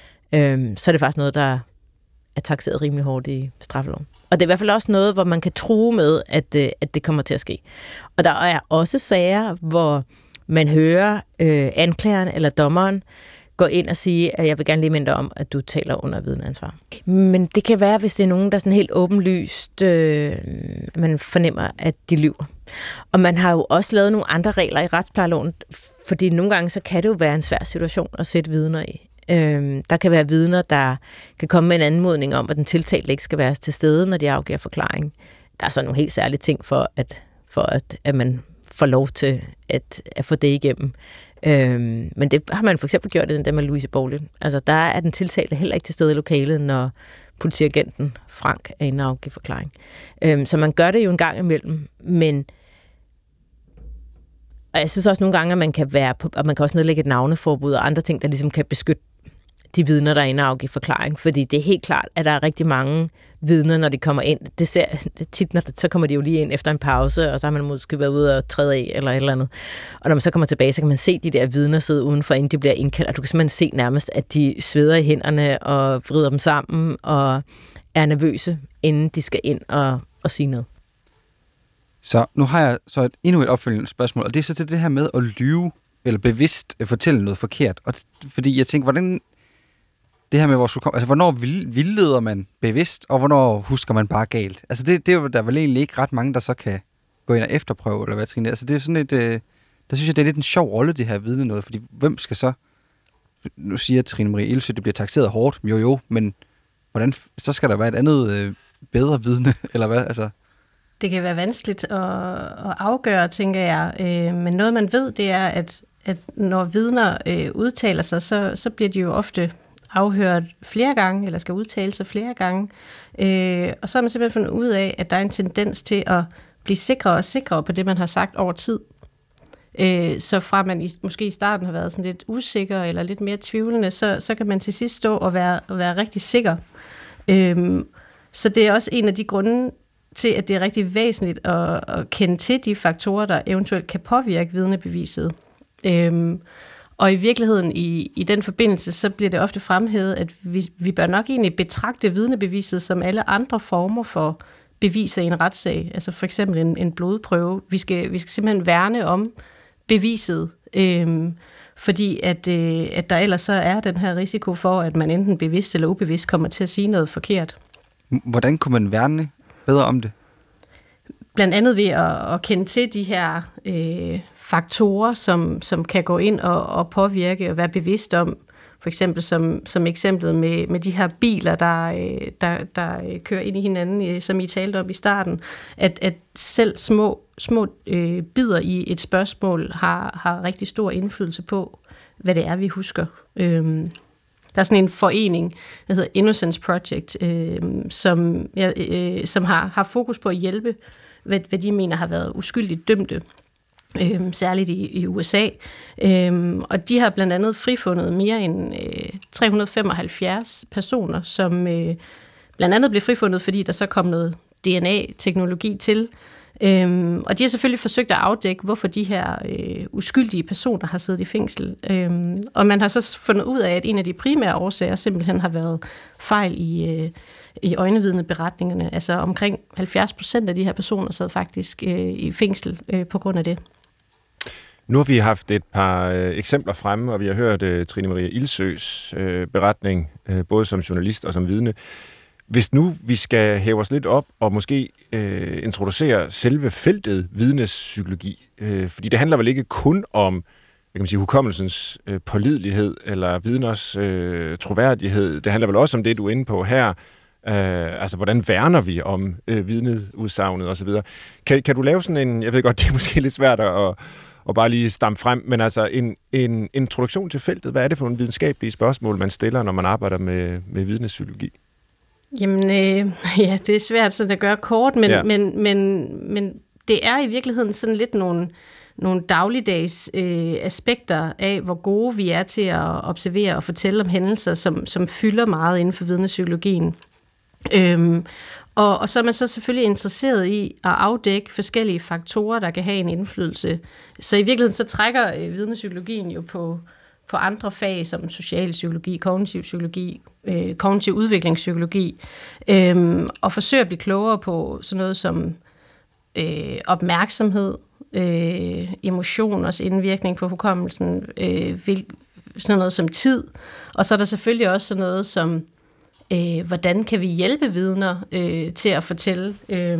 øhm, så er det faktisk noget, der er takseret rimelig hårdt i straffeloven. Og det er i hvert fald også noget, hvor man kan true med, at, at det kommer til at ske. Og der er også sager, hvor man hører øh, anklageren eller dommeren gå ind og sige, at jeg vil gerne lige minde dig om, at du taler under vidneansvar. Men det kan være, hvis det er nogen, der sådan helt åbenlyst, øh, man fornemmer, at de lyver. Og man har jo også lavet nogle andre regler i retsplejeloven, fordi nogle gange så kan det jo være en svær situation at sætte vidner i. Øhm, der kan være vidner, der kan komme med en anmodning om, at den tiltalte ikke skal være til stede, når de afgiver forklaring. Der er så nogle helt særlige ting for, at, for at, at man får lov til at, at få det igennem. Øhm, men det har man for eksempel gjort i den der med Louise Bowley. Altså, der er den tiltalte heller ikke til stede i lokalet, når politiagenten Frank er inde og afgiver forklaring. Øhm, så man gør det jo en gang imellem, men og jeg synes også nogle gange, at man kan være på, og man kan også nedlægge et navneforbud og andre ting, der ligesom kan beskytte de vidner, der er inde og afgive forklaring. Fordi det er helt klart, at der er rigtig mange vidner, når de kommer ind. Det ser det tit, når det, så kommer de jo lige ind efter en pause, og så har man måske været ude og træde af, eller et eller andet. Og når man så kommer tilbage, så kan man se de der vidner sidde udenfor, inden de bliver indkaldt. Og du kan simpelthen se nærmest, at de sveder i hænderne og vrider dem sammen, og er nervøse, inden de skal ind og, og sige noget. Så nu har jeg så et, endnu et opfølgende spørgsmål, og det er så til det her med at lyve, eller bevidst fortælle noget forkert. Og fordi jeg tænker, hvordan det her med, hvor skulle komme, altså hvornår vildleder man bevidst, og hvornår husker man bare galt? Altså det, det er jo der vel egentlig ikke ret mange, der så kan gå ind og efterprøve, eller hvad, Trine? Altså det er sådan et, øh, der synes jeg, det er lidt en sjov rolle, det her vidne noget, fordi hvem skal så nu siger Trine Marie Ilsøe, det bliver takseret hårdt, jo jo, men hvordan, så skal der være et andet øh, bedre vidne, eller hvad? Altså. Det kan være vanskeligt at, at afgøre, tænker jeg, øh, men noget man ved, det er, at, at når vidner øh, udtaler sig, så, så bliver de jo ofte afhørt flere gange, eller skal udtale sig flere gange, øh, og så har man simpelthen fundet ud af, at der er en tendens til at blive sikrere og sikrere på det, man har sagt over tid. Øh, så fra man i, måske i starten har været sådan lidt usikker eller lidt mere tvivlende, så, så kan man til sidst stå og være, og være rigtig sikker. Øh, så det er også en af de grunde til, at det er rigtig væsentligt at, at kende til de faktorer, der eventuelt kan påvirke vidnebeviset. Øh, og i virkeligheden i, i den forbindelse, så bliver det ofte fremhævet, at vi, vi bør nok egentlig betragte vidnebeviset som alle andre former for beviser i en retssag, altså for eksempel en, en blodprøve. Vi skal, vi skal simpelthen værne om beviset, øhm, fordi at, øh, at der ellers så er den her risiko for, at man enten bevidst eller ubevidst kommer til at sige noget forkert. Hvordan kunne man værne bedre om det? Blandt andet ved at, at kende til de her øh, faktorer, som, som kan gå ind og, og påvirke og være bevidst om. For eksempel som, som eksemplet med, med de her biler, der, der, der kører ind i hinanden, som I talte om i starten, at, at selv små, små øh, bidder i et spørgsmål har, har rigtig stor indflydelse på, hvad det er, vi husker. Øhm, der er sådan en forening, der hedder Innocence Project, øh, som, ja, øh, som har, har fokus på at hjælpe, hvad, hvad de mener har været uskyldigt dømte. Øhm, særligt i, i U S A. Øhm, og de har blandt andet frifundet mere end øh, tre hundrede femoghalvfjerds personer, som øh, blandt andet blev frifundet, fordi der så kom noget D N A-teknologi til. Øhm, og de har selvfølgelig forsøgt at afdække, hvorfor de her øh, uskyldige personer har siddet i fængsel. Øhm, og man har så fundet ud af, at en af de primære årsager simpelthen har været fejl i, øh, i øjenvidneberetningerne. Altså omkring halvfjerds procent af de her personer sad faktisk øh, i fængsel øh, på grund af det. Nu har vi haft et par øh, eksempler fremme, og vi har hørt øh, Trine Marie Ilsøes øh, beretning, øh, både som journalist og som vidne. Hvis nu vi skal hæve os lidt op og måske øh, introducere selve feltet vidnespsykologi, øh, fordi det handler vel ikke kun om, hvad kan man sige, hukommelsens øh, pålidelighed eller vidners øh, troværdighed. Det handler vel også om det, du er inde på her, øh, altså hvordan værner vi om øh, vidneudsagnet osv. Kan, kan du lave sådan en, jeg ved godt, det er måske lidt svært at og bare lige stamme frem, men altså en, en introduktion til feltet. Hvad er det for nogle videnskabelige spørgsmål, man stiller, når man arbejder med, med vidnespsykologi? Jamen, øh, ja, det er svært sådan at gøre kort, men, ja. men, men, men det er i virkeligheden sådan lidt nogle, nogle dagligdags øh, aspekter af, hvor gode vi er til at observere og fortælle om hændelser, som, som fylder meget inden for vidnepsykologien. Øhm, og, og så er man så selvfølgelig interesseret i at afdække forskellige faktorer, der kan have en indflydelse. Så i virkeligheden så trækker øh, vidnepsykologien jo på, på andre fag, som socialpsykologi, kognitiv psykologi, øh, kognitiv udviklingspsykologi, øh, og forsøger at blive klogere på sådan noget som øh, opmærksomhed, øh, emotioners indvirkning på hukommelsen, øh, sådan noget som tid, og så er der selvfølgelig også sådan noget som Øh, hvordan kan vi hjælpe vidner øh, til at fortælle? Øh,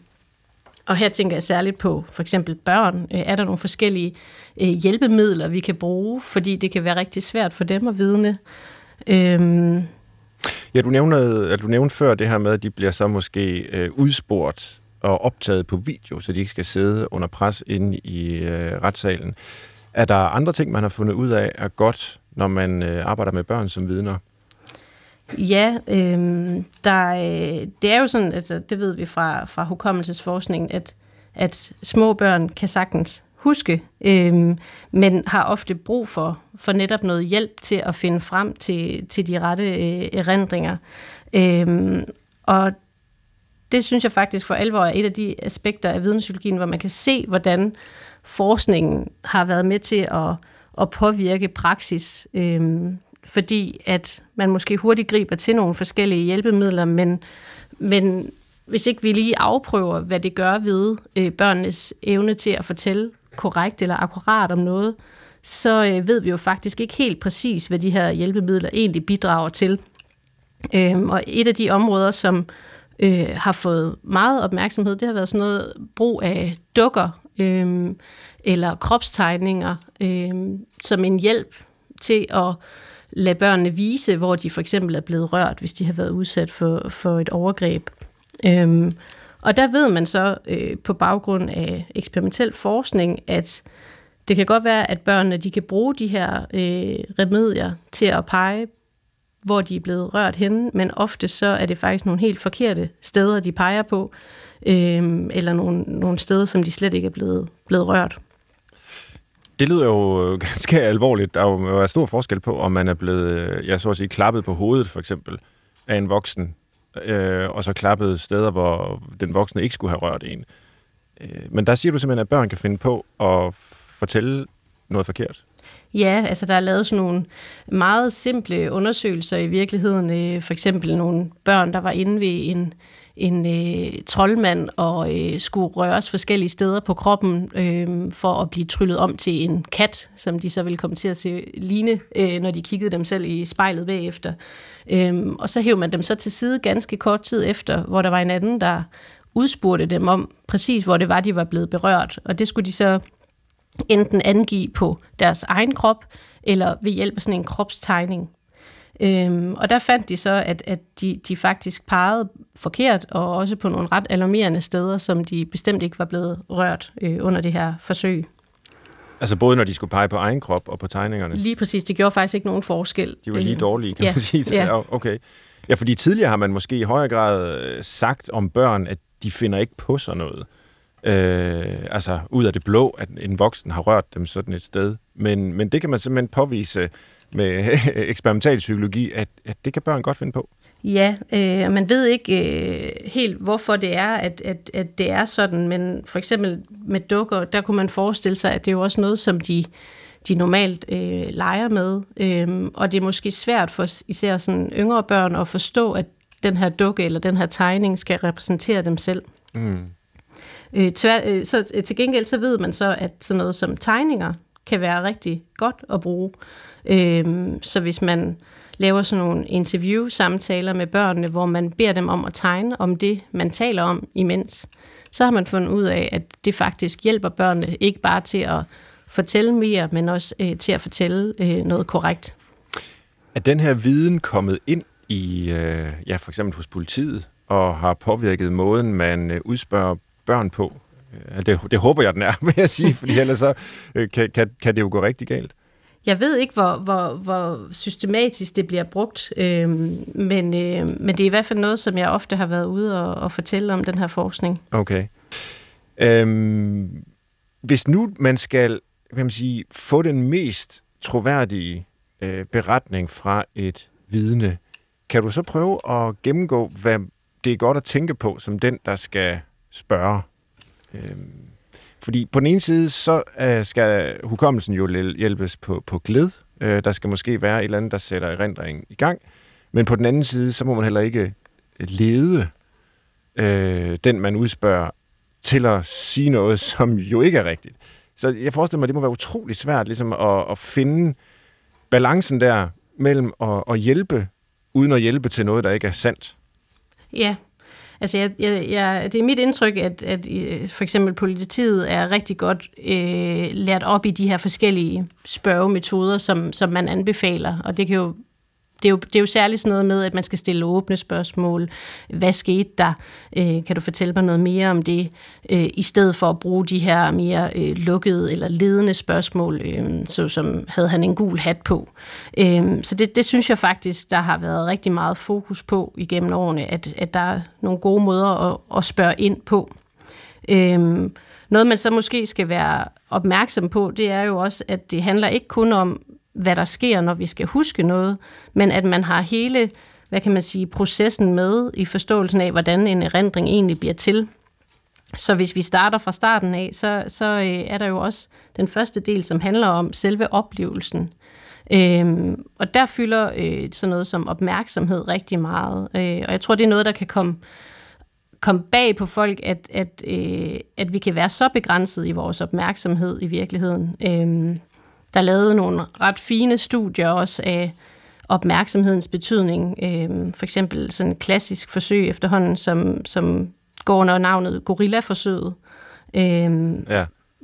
og her tænker jeg særligt på for eksempel børn. Øh, er der nogle forskellige øh, hjælpemidler, vi kan bruge? Fordi det kan være rigtig svært for dem at vidne. Øh, ja, du nævnte, at du nævnte før det her med, at de bliver så måske øh, udspurgt og optaget på video, så de ikke skal sidde under pres inde i øh, retssalen. Er der andre ting, man har fundet ud af er godt, når man øh, arbejder med børn som vidner? Ja, øh, der, øh, det er jo sådan, altså det ved vi fra, fra hukommelsesforskningen, at, at små børn kan sagtens huske, øh, men har ofte brug for, for netop noget hjælp til at finde frem til, til de rette øh, erindringer. Øh, og det synes jeg faktisk for alvor er et af de aspekter af vidnepsykologien, hvor man kan se, hvordan forskningen har været med til at, at påvirke praksis, øh, fordi at man måske hurtigt griber til nogle forskellige hjælpemidler, men, men hvis ikke vi lige afprøver, hvad det gør ved øh, børnenes evne til at fortælle korrekt eller akkurat om noget, så øh, ved vi jo faktisk ikke helt præcis, hvad de her hjælpemidler egentlig bidrager til. Øhm, og et af de områder, som øh, har fået meget opmærksomhed, det har været sådan noget brug af dukker øh, eller kropstegninger øh, som en hjælp til at lade børnene vise, hvor de for eksempel er blevet rørt, hvis de har været udsat for, for et overgreb. Øhm, og der ved man så øh, på baggrund af eksperimentel forskning, at det kan godt være, at børnene de kan bruge de her øh, remedier til at pege, hvor de er blevet rørt henne, men ofte så er det faktisk nogle helt forkerte steder, de peger på, øh, eller nogle, nogle steder, som de slet ikke er blevet, blevet rørt. Det lyder jo ganske alvorligt. Der er jo stor forskel på, om man er blevet, jeg så at sige, klappet på hovedet, for eksempel, af en voksen, øh, og så klappet steder, hvor den voksne ikke skulle have rørt en. Øh, men der siger du simpelthen, at børn kan finde på at fortælle noget forkert. Ja, altså der er lavet sådan nogle meget simple undersøgelser i virkeligheden. For eksempel nogle børn, der var inde ved en, en øh, troldmand og øh, skulle røres forskellige steder på kroppen øh, for at blive tryllet om til en kat, som de så ville komme til at se ligne, øh, når de kiggede dem selv i spejlet bagefter. Øh, og så hævde man dem så til side ganske kort tid efter, hvor der var en anden, der udspurgte dem om præcis, hvor det var, de var blevet berørt. Og det skulle de så enten angive på deres egen krop, eller ved hjælp af sådan en kropstegning. Øhm, og der fandt de så, at, at de, de faktisk pegede forkert, og også på nogle ret alarmerende steder, som de bestemt ikke var blevet rørt øh, under det her forsøg. Altså både når de skulle pege på egen krop og på tegningerne? Lige præcis, det gjorde faktisk ikke nogen forskel. De var lige dårlige, kan ja, man sige. Ja. Okay. Ja, fordi tidligere har man måske i højere grad sagt om børn, at de finder ikke på sådan noget. Øh, altså ud af det blå, at en voksen har rørt dem sådan et sted. Men, men det kan man simpelthen påvise med eksperimental psykologi, at, at det kan børn godt finde på. Ja, øh, man ved ikke øh, helt, hvorfor det er, at, at, at det er sådan, men for eksempel med dukker, der kunne man forestille sig, at det er jo også noget, som de, de normalt øh, leger med. Øh, og det er måske svært for især sådan yngre børn at forstå, at den her dukke eller den her tegning skal repræsentere dem selv. Mm. Øh, tvær, øh, så øh, til gengæld så ved man så, at sådan noget som tegninger kan være rigtig godt at bruge. Øh, så hvis man laver sådan nogle interview-samtaler med børnene, hvor man beder dem om at tegne om det, man taler om imens, så har man fundet ud af, at det faktisk hjælper børnene ikke bare til at fortælle mere, men også øh, til at fortælle øh, noget korrekt. Er den her viden kommet ind i, øh, ja, for eksempel hos politiet, og har påvirket måden, man øh, udspørger børn på? Det, det håber jeg, den er, vil jeg sige, fordi ellers så øh, kan, kan, kan det jo gå rigtig galt. Jeg ved ikke, hvor, hvor, hvor systematisk det bliver brugt, øh, men, øh, men det er i hvert fald noget, som jeg ofte har været ude og, og fortælle om den her forskning. Okay. Øhm, hvis nu man skal kan man sige, få den mest troværdige øh, beretning fra et vidne, kan du så prøve at gennemgå, hvad det er godt at tænke på, som den, der skal spørge? Øhm, Fordi på den ene side, så øh, skal hukommelsen jo hjælpes på, på glæd. Øh, der skal måske være et eller andet, der sætter erindringen i gang. Men på den anden side, så må man heller ikke lede øh, den, man udspørger, til at sige noget, som jo ikke er rigtigt. Så jeg forestiller mig, at det må være utrolig svært ligesom at, at finde balancen der mellem at, at hjælpe, uden at hjælpe til noget, der ikke er sandt. Ja. Altså, jeg, jeg, jeg, det er mit indtryk, at, at for eksempel politiet er rigtig godt øh, lært op i de her forskellige spørgemetoder, som, som man anbefaler. Og det kan jo Det er, jo, det er jo særligt sådan noget med, at man skal stille åbne spørgsmål. Hvad skete der? Øh, kan du fortælle mig noget mere om det? Øh, I stedet for at bruge de her mere øh, lukkede eller ledende spørgsmål, øh, såsom havde han en gul hat på. Øh, så det, det synes jeg faktisk, der har været rigtig meget fokus på igennem årene, at, at der er nogle gode måder at, at spørge ind på. Øh, noget man så måske skal være opmærksom på, det er jo også, at det handler ikke kun om, hvad der sker, når vi skal huske noget, men at man har hele, hvad kan man sige, processen med i forståelsen af, hvordan en erindring egentlig bliver til. Så hvis vi starter fra starten af, så, så øh, er der jo også den første del, som handler om selve oplevelsen. Øhm, og der fylder øh, sådan noget som opmærksomhed rigtig meget. Øh, og jeg tror, det er noget, der kan komme, komme bag på folk, at, at, øh, at vi kan være så begrænset i vores opmærksomhed i virkeligheden. Øh, Der er lavet nogle ret fine studier også af opmærksomhedens betydning. Øhm, for eksempel sådan et klassisk forsøg efterhånden, som, som går under navnet Gorilla-forsøget. Øhm, ja.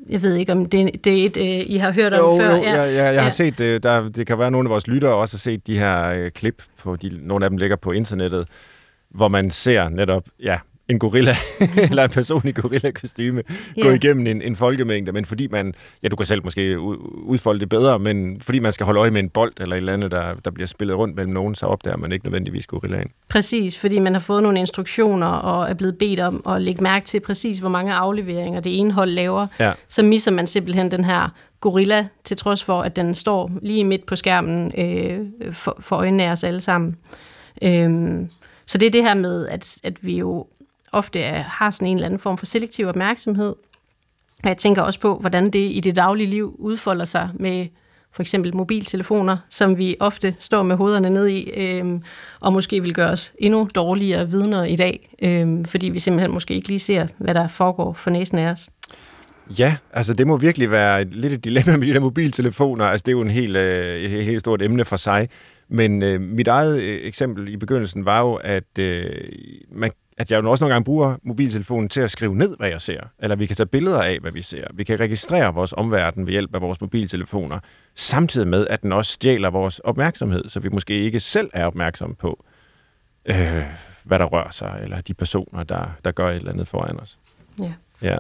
jeg ved ikke, om det, det er et, øh, I har hørt om jo, før. Jo, ja, jeg, jeg, jeg ja. har set det. Der, det kan være, at nogle af vores lyttere også har set de her øh, klip, på de, nogle af dem ligger på internettet, hvor man ser netop, ja, en gorilla, eller en person i gorilla-kostyme, yeah. gå igennem en, en folkemængde, men fordi man, ja, du kan selv måske udfolde det bedre, men fordi man skal holde øje med en bold, eller et eller andet, der, der bliver spillet rundt mellem nogen, så opdager man ikke nødvendigvis gorillaen. Præcis, fordi man har fået nogle instruktioner, og er blevet bedt om at lægge mærke til præcis, hvor mange afleveringer det ene hold laver, ja. Så misser man simpelthen den her gorilla, til trods for, at den står lige midt på skærmen øh, for, for øjnene af os alle sammen. Øhm, så det er det her med, at, at vi jo ofte har sådan en eller anden form for selektiv opmærksomhed. Og jeg tænker også på, hvordan det i det daglige liv udfolder sig med for eksempel mobiltelefoner, som vi ofte står med hovederne ned i, øh, og måske vil gøre os endnu dårligere vidner i dag, øh, fordi vi simpelthen måske ikke lige ser, hvad der foregår for næsen af os. Ja, altså det må virkelig være et, lidt et dilemma med de der mobiltelefoner. Altså det er jo en helt, øh, et helt stort emne for sig. Men øh, mit eget øh, eksempel i begyndelsen var jo, at øh, man at jeg jo også nogle gange bruger mobiltelefonen til at skrive ned, hvad jeg ser. Eller vi kan tage billeder af, hvad vi ser. Vi kan registrere vores omverden ved hjælp af vores mobiltelefoner, samtidig med, at den også stjæler vores opmærksomhed, så vi måske ikke selv er opmærksomme på, øh, hvad der rører sig, eller de personer, der, der gør et eller andet foran os. Ja. Ja.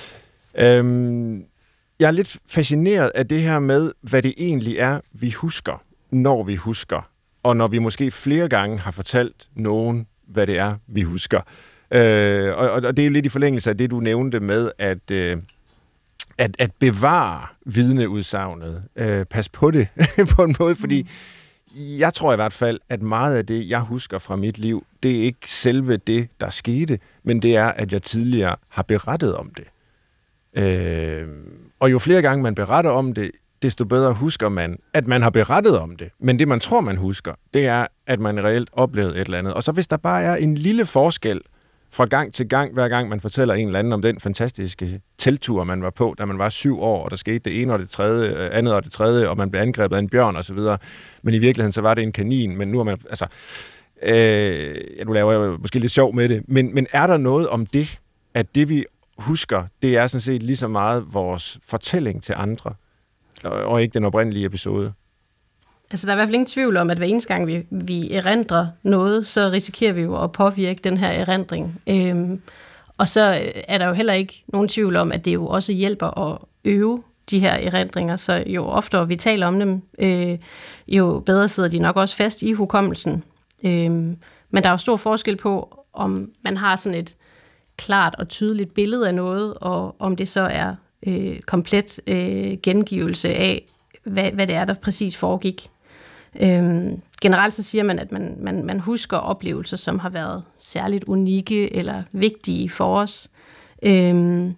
Øhm, jeg er lidt fascineret af det her med, hvad det egentlig er, vi husker, når vi husker, og når vi måske flere gange har fortalt nogen, hvad det er, vi husker. Øh, og, og det er jo lidt i forlængelse af det, du nævnte med, at, øh, at, at bevare vidneudsagnet. Øh, pas på det på en måde, fordi jeg tror i hvert fald, at meget af det, jeg husker fra mit liv, det er ikke selve det, der skete, men det er, at jeg tidligere har berettet om det. Øh, og jo flere gange man beretter om det, desto bedre husker man, at man har berettet om det. Men det, man tror, man husker, det er, at man reelt oplevede et eller andet. Og så hvis der bare er en lille forskel fra gang til gang, hver gang man fortæller en eller anden om den fantastiske telttur, man var på, da man var syv år, og der skete det ene og det tredje, andet og det tredje, og man blev angrebet af en bjørn og så videre. Men i virkeligheden, så var det en kanin, men nu er man, altså, øh, ja, nu laver jeg måske lidt sjov med det, men, men er der noget om det, at det vi husker, det er sådan set lige så meget vores fortælling til andre, og ikke den oprindelige episode? Altså, der er i hvert fald ingen tvivl om, at hver eneste gang vi, vi erindrer noget, så risikerer vi jo at påvirke den her erindring. Øhm, og så er der jo heller ikke nogen tvivl om, at det jo også hjælper at øve de her erindringer, så jo oftere vi taler om dem, øh, jo bedre sidder de nok også fast i hukommelsen. Øhm, men der er jo stor forskel på, om man har sådan et klart og tydeligt billede af noget, og om det så er øh, komplet øh, gengivelse af, hvad, hvad det er, der præcis foregik. Øhm, generelt så siger man, at man, man, man husker oplevelser, som har været særligt unikke eller vigtige for os. Øhm,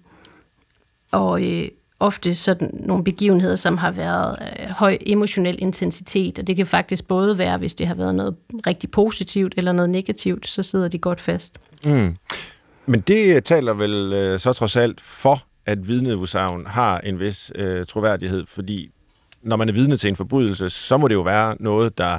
og øh, ofte sådan nogle begivenheder, som har været øh, høj emotionel intensitet, og det kan faktisk både være, hvis det har været noget rigtig positivt eller noget negativt, så sidder de godt fast. Mm. Men det taler vel øh, så trods alt for, at vidneudsagn har en vis øh, troværdighed, fordi når man er vidne til en forbrydelse, så må det jo være noget, der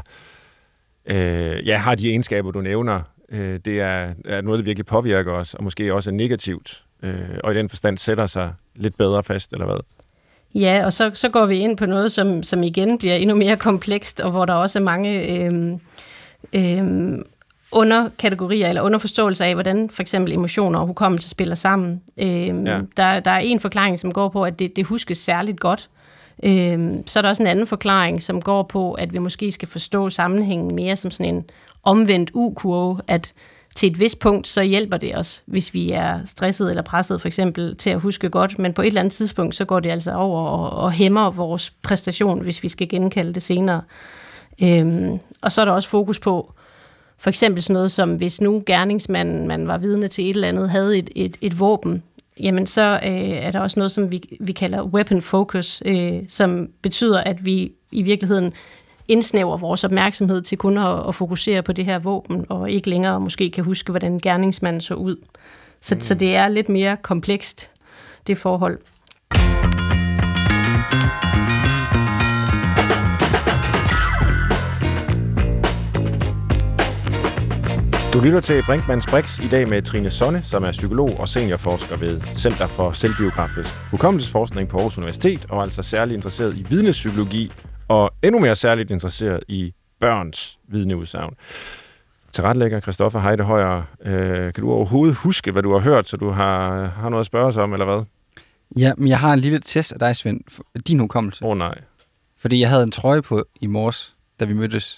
øh, ja, har de egenskaber, du nævner. Øh, det er, er noget, der virkelig påvirker os, og måske også er negativt, øh, og i den forstand sætter sig lidt bedre fast, eller hvad? Ja, og så, så går vi ind på noget, som, som igen bliver endnu mere komplekst, og hvor der også er mange øh, øh, underkategorier eller underforståelser af, hvordan for eksempel emotioner og hukommelse spiller sammen. Øh, ja. der, der er en forklaring, som går på, at det, det huskes særligt godt. Øhm, så er der også en anden forklaring, som går på, at vi måske skal forstå sammenhængen mere som sådan en omvendt U-kurve, at til et vist punkt, så hjælper det os, hvis vi er stresset eller presset for eksempel, til at huske godt, men på et eller andet tidspunkt, så går det altså over og, og hæmmer vores præstation, hvis vi skal genkalde det senere. Øhm, og så er der også fokus på, for eksempel sådan noget som, hvis nu gerningsmanden, man var vidne til et eller andet, havde et, et, et våben, jamen så øh, er der også noget, som vi, vi kalder weapon focus, øh, som betyder, at vi i virkeligheden indsnæver vores opmærksomhed til kun at, at fokusere på det her våben, og ikke længere måske kan huske, hvordan gerningsmanden så ud. Så, mm. så det er lidt mere komplekst, det forhold. Du lytter til Brinkmanns Brix i dag med Trine Sonne, som er psykolog og seniorforsker ved Center for Selvbiografisk Hukommelsesforskning på Aarhus Universitet, og altså særligt interesseret i vidnepsykologi, og endnu mere særligt interesseret i børns vidneudsagn. Tilrettelægger Christoffer Heide Højer, øh, kan du overhovedet huske, hvad du har hørt, så du har, har noget at spørge os om, eller hvad? Ja, men jeg har en lille test af dig, Svend. Din hukommelse. Åh oh, nej. Fordi jeg havde en trøje på i morges, da vi mødtes.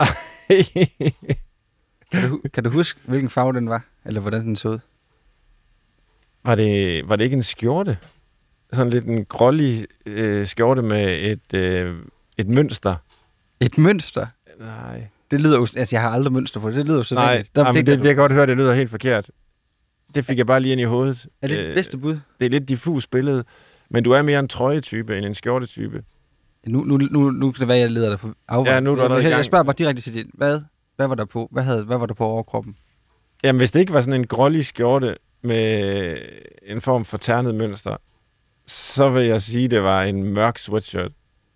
Kan du, kan du huske, hvilken farve den var? Eller hvordan den så ud? Var det, var det ikke en skjorte? Sådan lidt en grålig øh, skjorte med et, øh, et mønster. Et mønster? Nej. Det lyder jo... Altså, jeg har aldrig mønster på det. Det lyder jo så Nej, vigtigt. Der, jamen, det, det, det, jeg kan godt høre, det lyder helt forkert. Det fik jeg bare lige ind i hovedet. Er det det bedste bud? Det er lidt diffus billede. Men du er mere en trøjetype end en skjortetype. Nu, nu, nu, nu kan det være, jeg leder dig på afvej. Ja, nu er du allerede i jeg, gang. jeg spørger bare direkte til din. Hvad? Hvad var der på? Hvad, havde, hvad var der på overkroppen? Jamen, hvis det ikke var sådan en grålig skjorte med en form for ternet mønster, så vil jeg sige, at det var en mørk sweatshirt.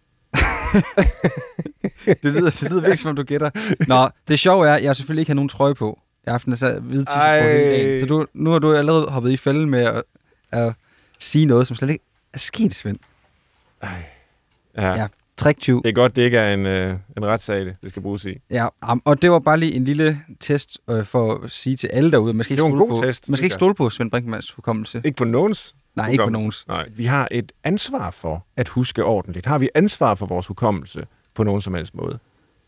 det, lyder, det lyder virkelig, som du gætter. Nå, det sjove er, at jeg selvfølgelig ikke har nogen trøje på. Jeg har haft en så hvide t-shirt på hele dagen. Så du, nu har du allerede hoppet i fælden med at, at sige noget, som slet ikke er sket, Svend. Ej. Ja. Ja. Tricktyv. Det er godt, det ikke er en, øh, en retssag, det skal bruges i. Ja, og det var bare lige en lille test øh, for at sige til alle derude. Man skal ikke det var en god på, test. Man skal ikke stole på Svend Brinkmanns hukommelse. Ikke på nogens? Nej, ikke på nogens. Nej, vi har et ansvar for at huske ordentligt. Har vi ansvar for vores hukommelse på nogen som helst måde?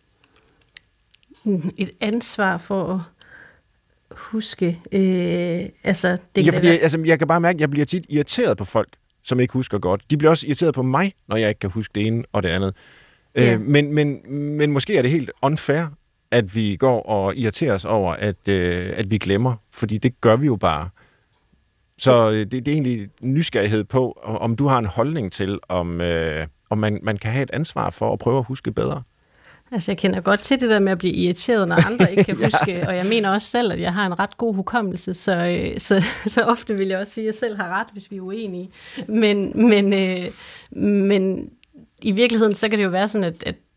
Et ansvar for at huske... Øh, altså, det ja, kan fordi, være... altså, jeg kan bare mærke, at jeg bliver tit irriteret på folk, som ikke husker godt. De bliver også irriteret på mig, når jeg ikke kan huske det ene og det andet. Ja. Øh, men, men, men måske er det helt unfair, at vi går og irriterer os over, at, øh, at vi glemmer. Fordi det gør vi jo bare. Så øh, det, det er egentlig nysgerrighed på, om du har en holdning til, om, øh, om man, man kan have et ansvar for at prøve at huske bedre. Altså, jeg kender godt til det der med at blive irriteret, når andre ikke kan huske, ja. Og jeg mener også selv, at jeg har en ret god hukommelse, så, så, så ofte vil jeg også sige, at jeg selv har ret, hvis vi er uenige. Men, men, øh, men i virkeligheden, så kan det jo være sådan, at, at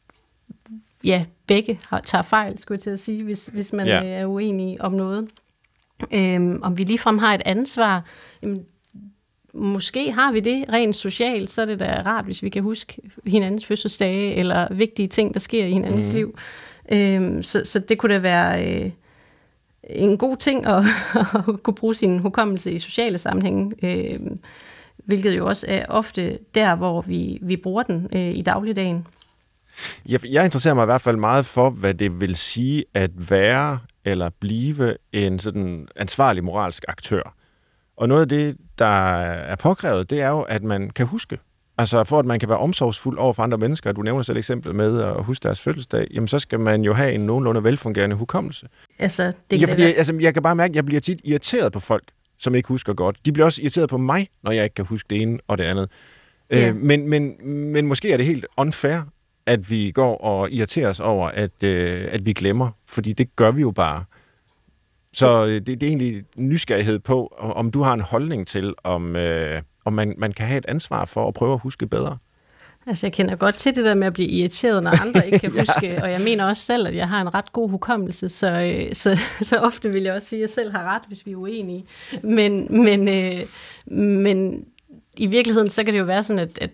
ja, begge har, tager fejl, skulle jeg til at sige, hvis, hvis man ja. er uenig om noget. Øhm, om vi ligefrem har et ansvar, jamen, måske har vi det rent socialt, så er det da rart, hvis vi kan huske hinandens fødselsdage, eller vigtige ting, der sker i hinandens mm. liv. Øhm, så, så det kunne da være øh, en god ting at, at kunne bruge sin hukommelse i sociale sammenhænge, øh, hvilket jo også er ofte der, hvor vi, vi bruger den øh, i dagligdagen. Jeg, jeg interesserer mig i hvert fald meget for, hvad det vil sige at være eller blive en sådan ansvarlig moralsk aktør. Og noget af det, der er påkrævet, det er jo, at man kan huske. Altså for at man kan være omsorgsfuld over for andre mennesker, du nævner selv eksemplet med at huske deres fødselsdag, jamen så skal man jo have en nogenlunde velfungerende hukommelse. Altså, det ja, fordi, altså, jeg kan bare mærke, at jeg bliver tit irriteret på folk, som ikke husker godt. De bliver også irriteret på mig, når jeg ikke kan huske det ene og det andet. Ja. Øh, men, men, men måske er det helt unfair, at vi går og irriterer os over, at, øh, at vi glemmer, fordi det gør vi jo bare. Så det, det er egentlig nysgerrighed på, om du har en holdning til, om, øh, om man, man kan have et ansvar for at prøve at huske bedre. Altså, jeg kender godt til det der med at blive irriteret, når andre ikke kan huske, ja. Og jeg mener også selv, at jeg har en ret god hukommelse, så, så, så ofte vil jeg også sige, at jeg selv har ret, hvis vi er uenige. Men, men, øh, men i virkeligheden, så kan det jo være sådan, at, at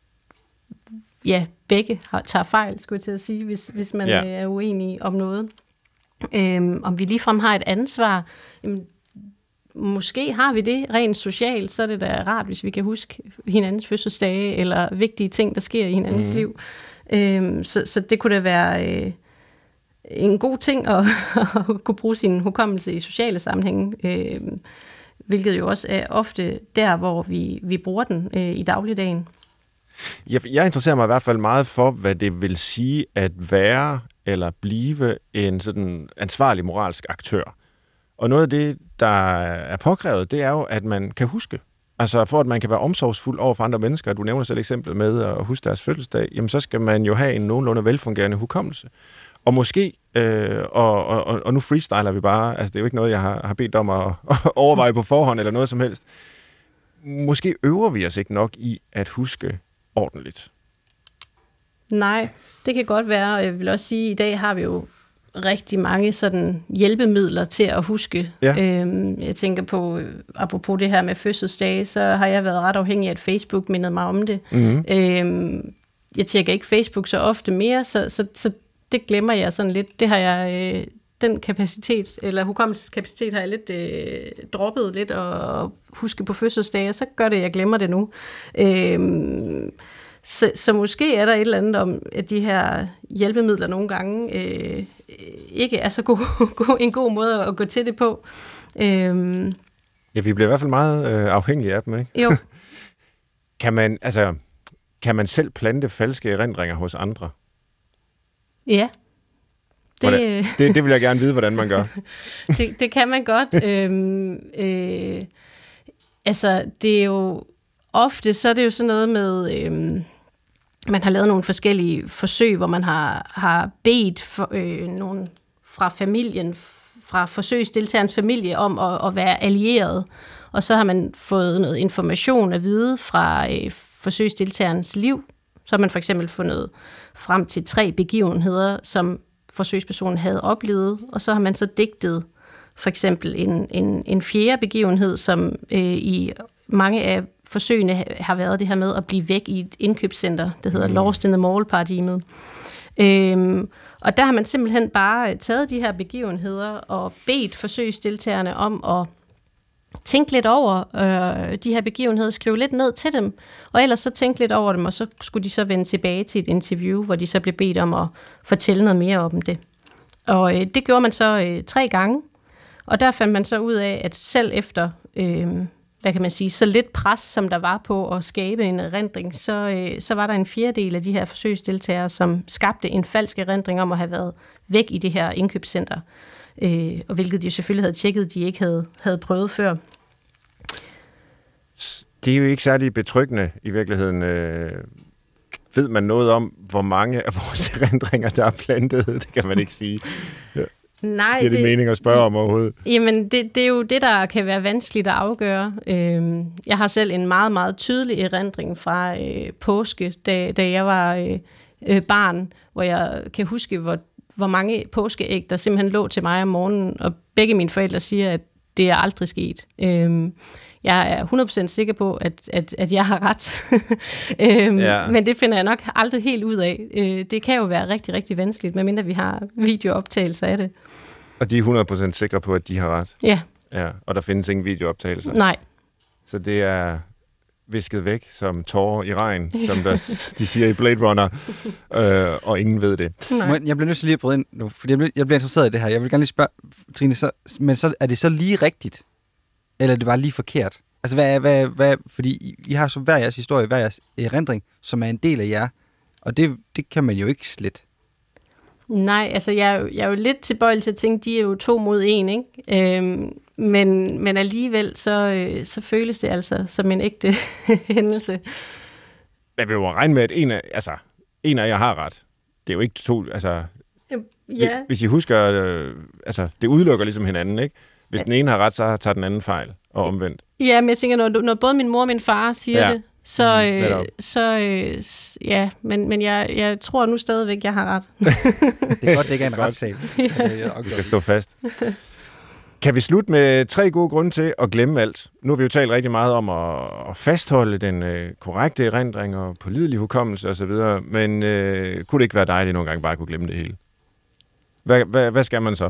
ja, begge har, tager fejl, skulle jeg til at sige, hvis, hvis man ja. er uenige om noget. Øhm, om vi ligefrem har et ansvar, jamen, måske har vi det rent socialt, så er det da rart, hvis vi kan huske hinandens fødselsdage, eller vigtige ting, der sker i hinandens mm. liv. Øhm, så, så det kunne da være øh, en god ting at, at kunne bruge sin hukommelse i sociale sammenhænge, øh, hvilket jo også er ofte der, hvor vi, vi bruger den øh, i dagligdagen. Jeg, jeg interesserer mig i hvert fald meget for, hvad det vil sige at være eller blive en sådan ansvarlig moralsk aktør. Og noget af det, der er påkrævet, det er jo, at man kan huske. Altså for at man kan være omsorgsfuld over for andre mennesker, du nævner selv eksemplet med at huske deres fødselsdag, jamen så skal man jo have en nogenlunde velfungerende hukommelse. Og måske, øh, og, og, og nu freestyler vi bare, altså det er jo ikke noget, jeg har, har bedt om at, at overveje på forhånd eller noget som helst. Måske øver vi os ikke nok i at huske ordentligt. Nej, det kan godt være. Jeg vil også sige, at i dag har vi jo rigtig mange sådan hjælpemidler til at huske. Ja. Øhm, jeg tænker på, apropos det her med fødselsdage, så har jeg været ret afhængig af, at Facebook mindede mig om det. Mm-hmm. Øhm, jeg tjekker ikke Facebook så ofte mere, så, så, så det glemmer jeg sådan lidt. Det har jeg, øh, den kapacitet, eller hukommelseskapacitet, har jeg lidt øh, droppet lidt og huske på fødselsdage, så gør det, at jeg glemmer det nu. Øhm, Så, så måske er der et eller andet om, at de her hjælpemidler nogle gange øh, ikke er så god, god, en god måde at gå til det på. Øhm. Ja, vi bliver i hvert fald meget øh, afhængige af dem, ikke? Jo. kan, man, altså, kan man selv plante falske erindringer hos andre? Ja. Det, det, det vil jeg gerne vide, hvordan man gør. det, det kan man godt. øhm, øh, altså, det er jo ofte, så er det jo sådan noget med... Øhm, man har lavet nogle forskellige forsøg, hvor man har, har bedt for, øh, nogen fra familien, fra forsøgsdeltagerens familie, om at, at være allieret. Og så har man fået noget information at vide fra øh, forsøgsdeltagerens liv. Så har man for eksempel fundet frem til tre begivenheder, som forsøgspersonen havde oplevet. Og så har man så digtet for eksempel en, en, en fjerde begivenhed, som øh, i mange af forsøgene har været det her med at blive væk i et indkøbscenter, det hedder mm. Lost in the Mall-paradigmet. Øhm, og der har man simpelthen bare taget de her begivenheder og bedt forsøgsdeltagerne om at tænke lidt over øh, de her begivenheder, skrive lidt ned til dem, og ellers så tænke lidt over dem, og så skulle de så vende tilbage til et interview, hvor de så blev bedt om at fortælle noget mere om det. Og øh, det gjorde man så øh, tre gange, og der fandt man så ud af, at selv efter... Øh, hvad kan man sige, så lidt pres, som der var på at skabe en erindring, så, øh, så var der en fjerdedel af de her forsøgsdeltagere, som skabte en falsk erindring om at have været væk i det her indkøbscenter, øh, og hvilket de selvfølgelig havde tjekket, de ikke havde, havde prøvet før. Det er jo ikke særlig betryggende i virkeligheden. Øh, ved man noget om, hvor mange af vores erindringer, der er plantet? Det kan man ikke sige. Ja. Nej, det er det mening at spørge om overhovedet. Jamen, det, det er jo det, der kan være vanskeligt at afgøre. Øhm, jeg har selv en meget, meget tydelig erindring fra øh, påske, da, da jeg var øh, øh, barn, hvor jeg kan huske, hvor, hvor mange påskeæg, der simpelthen lå til mig om morgenen, og begge mine forældre siger, at det er aldrig sket. Øhm, jeg er hundrede procent sikker på, at, at, at jeg har ret. øhm, ja. Men det finder jeg nok aldrig helt ud af. Øh, det kan jo være rigtig, rigtig vanskeligt, medmindre vi har videooptagelser af det. Og de er hundrede procent sikre på, at de har ret? Ja. Ja. Og der findes ingen videooptagelser? Nej. Så det er visket væk som tårer i regn, ja. Som der, de siger i Blade Runner, øh, og ingen ved det. Nej. Jeg bliver nødt til lige at bryde ind nu, fordi jeg bliver, jeg bliver interesseret i det her. Jeg vil gerne lige spørge, Trine, så, men så, er det så lige rigtigt? Eller er det bare lige forkert? Altså, hvad er, hvad, hvad, fordi I, I har så hver jeres historie, hver jeres erindring, som er en del af jer, og det, det kan man jo ikke slet. Nej, altså jeg er, jo, jeg er jo lidt tilbøjelig til at tænke, de er jo to mod en, ikke? Øhm, men, men alligevel, så, øh, så føles det altså som en ægte hændelse. Jeg vil jo regne med, at en af, altså, en af jer har ret. Det er jo ikke to, altså... Ja. Hvis I husker, øh, altså, det udelukker ligesom hinanden, ikke? Hvis den ene har ret, så tager den anden fejl, og omvendt. Ja, men jeg tænker, når, når både min mor og min far siger ja. det, så, øh, mm, så øh, ja, men, men jeg, jeg tror nu stadigvæk, jeg har ret. Det er godt, det ikke er en retssag. Ja. Du skal stå fast. Kan vi slutte med tre gode grunde til at glemme alt? Nu har vi jo talt rigtig meget om at, at fastholde den øh, korrekte erindring og pålidelig hukommelse osv., men øh, kunne det ikke være dejligt nogle gange bare at kunne glemme det hele? Hvad, hvad, hvad skal man så?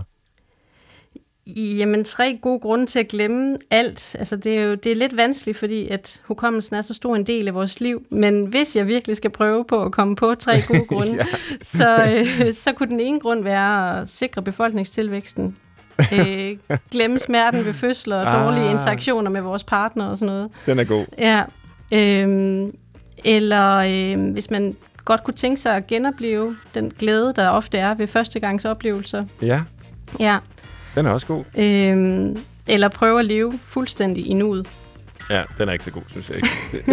Jamen, tre gode grunde til at glemme alt. Altså, det er jo det er lidt vanskeligt, fordi at hukommelsen er så stor en del af vores liv. Men hvis jeg virkelig skal prøve på at komme på tre gode grunde, ja. så, øh, så kunne den ene grund være at sikre befolkningstilvæksten. Øh, glemme smerten ved fødsler og dårlige ah. interaktioner med vores partner og sådan noget. Den er god. Ja. Øh, eller øh, hvis man godt kunne tænke sig at genopleve den glæde, der ofte er ved førstegangsoplevelser. Ja. Ja. Den er også god. Øhm, eller prøve at leve fuldstændig i nuet. Ja, den er ikke så god, synes jeg ikke.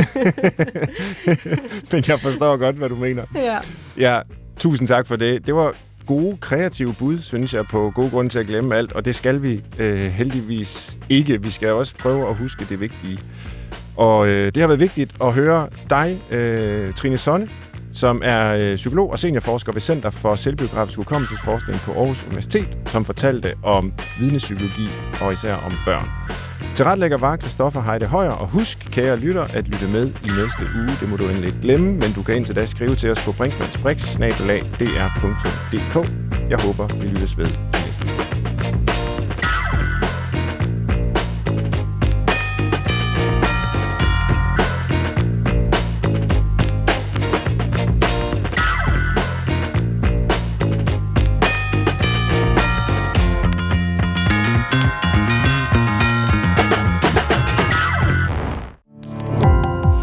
Men jeg forstår godt, hvad du mener. Ja. Ja, tusind tak for det. Det var gode, kreative bud, synes jeg, på gode grunde til at glemme alt. Og det skal vi øh, heldigvis ikke. Vi skal også prøve at huske det vigtige. Og øh, det har været vigtigt at høre dig, øh, Trine Sonne, som er øh, psykolog og seniorforsker ved Center for Selvbiografisk Hukommelsesforskning på Aarhus Universitet, som fortalte om vidnepsykologi og især om børn. Tilretlægger var Christoffer Heide Højer, og husk, kære lytter, at lytte med i næste uge. Det må du endelig ikke glemme, men du kan indtil da skrive til os på brinkmannsbrix snabel-a d r punktum d k. Jeg håber, vi lyttes ved næste uge.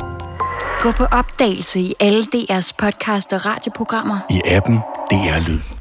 Gå på opdagelse i alle D R's podcast og radioprogrammer. I appen D R Lyd.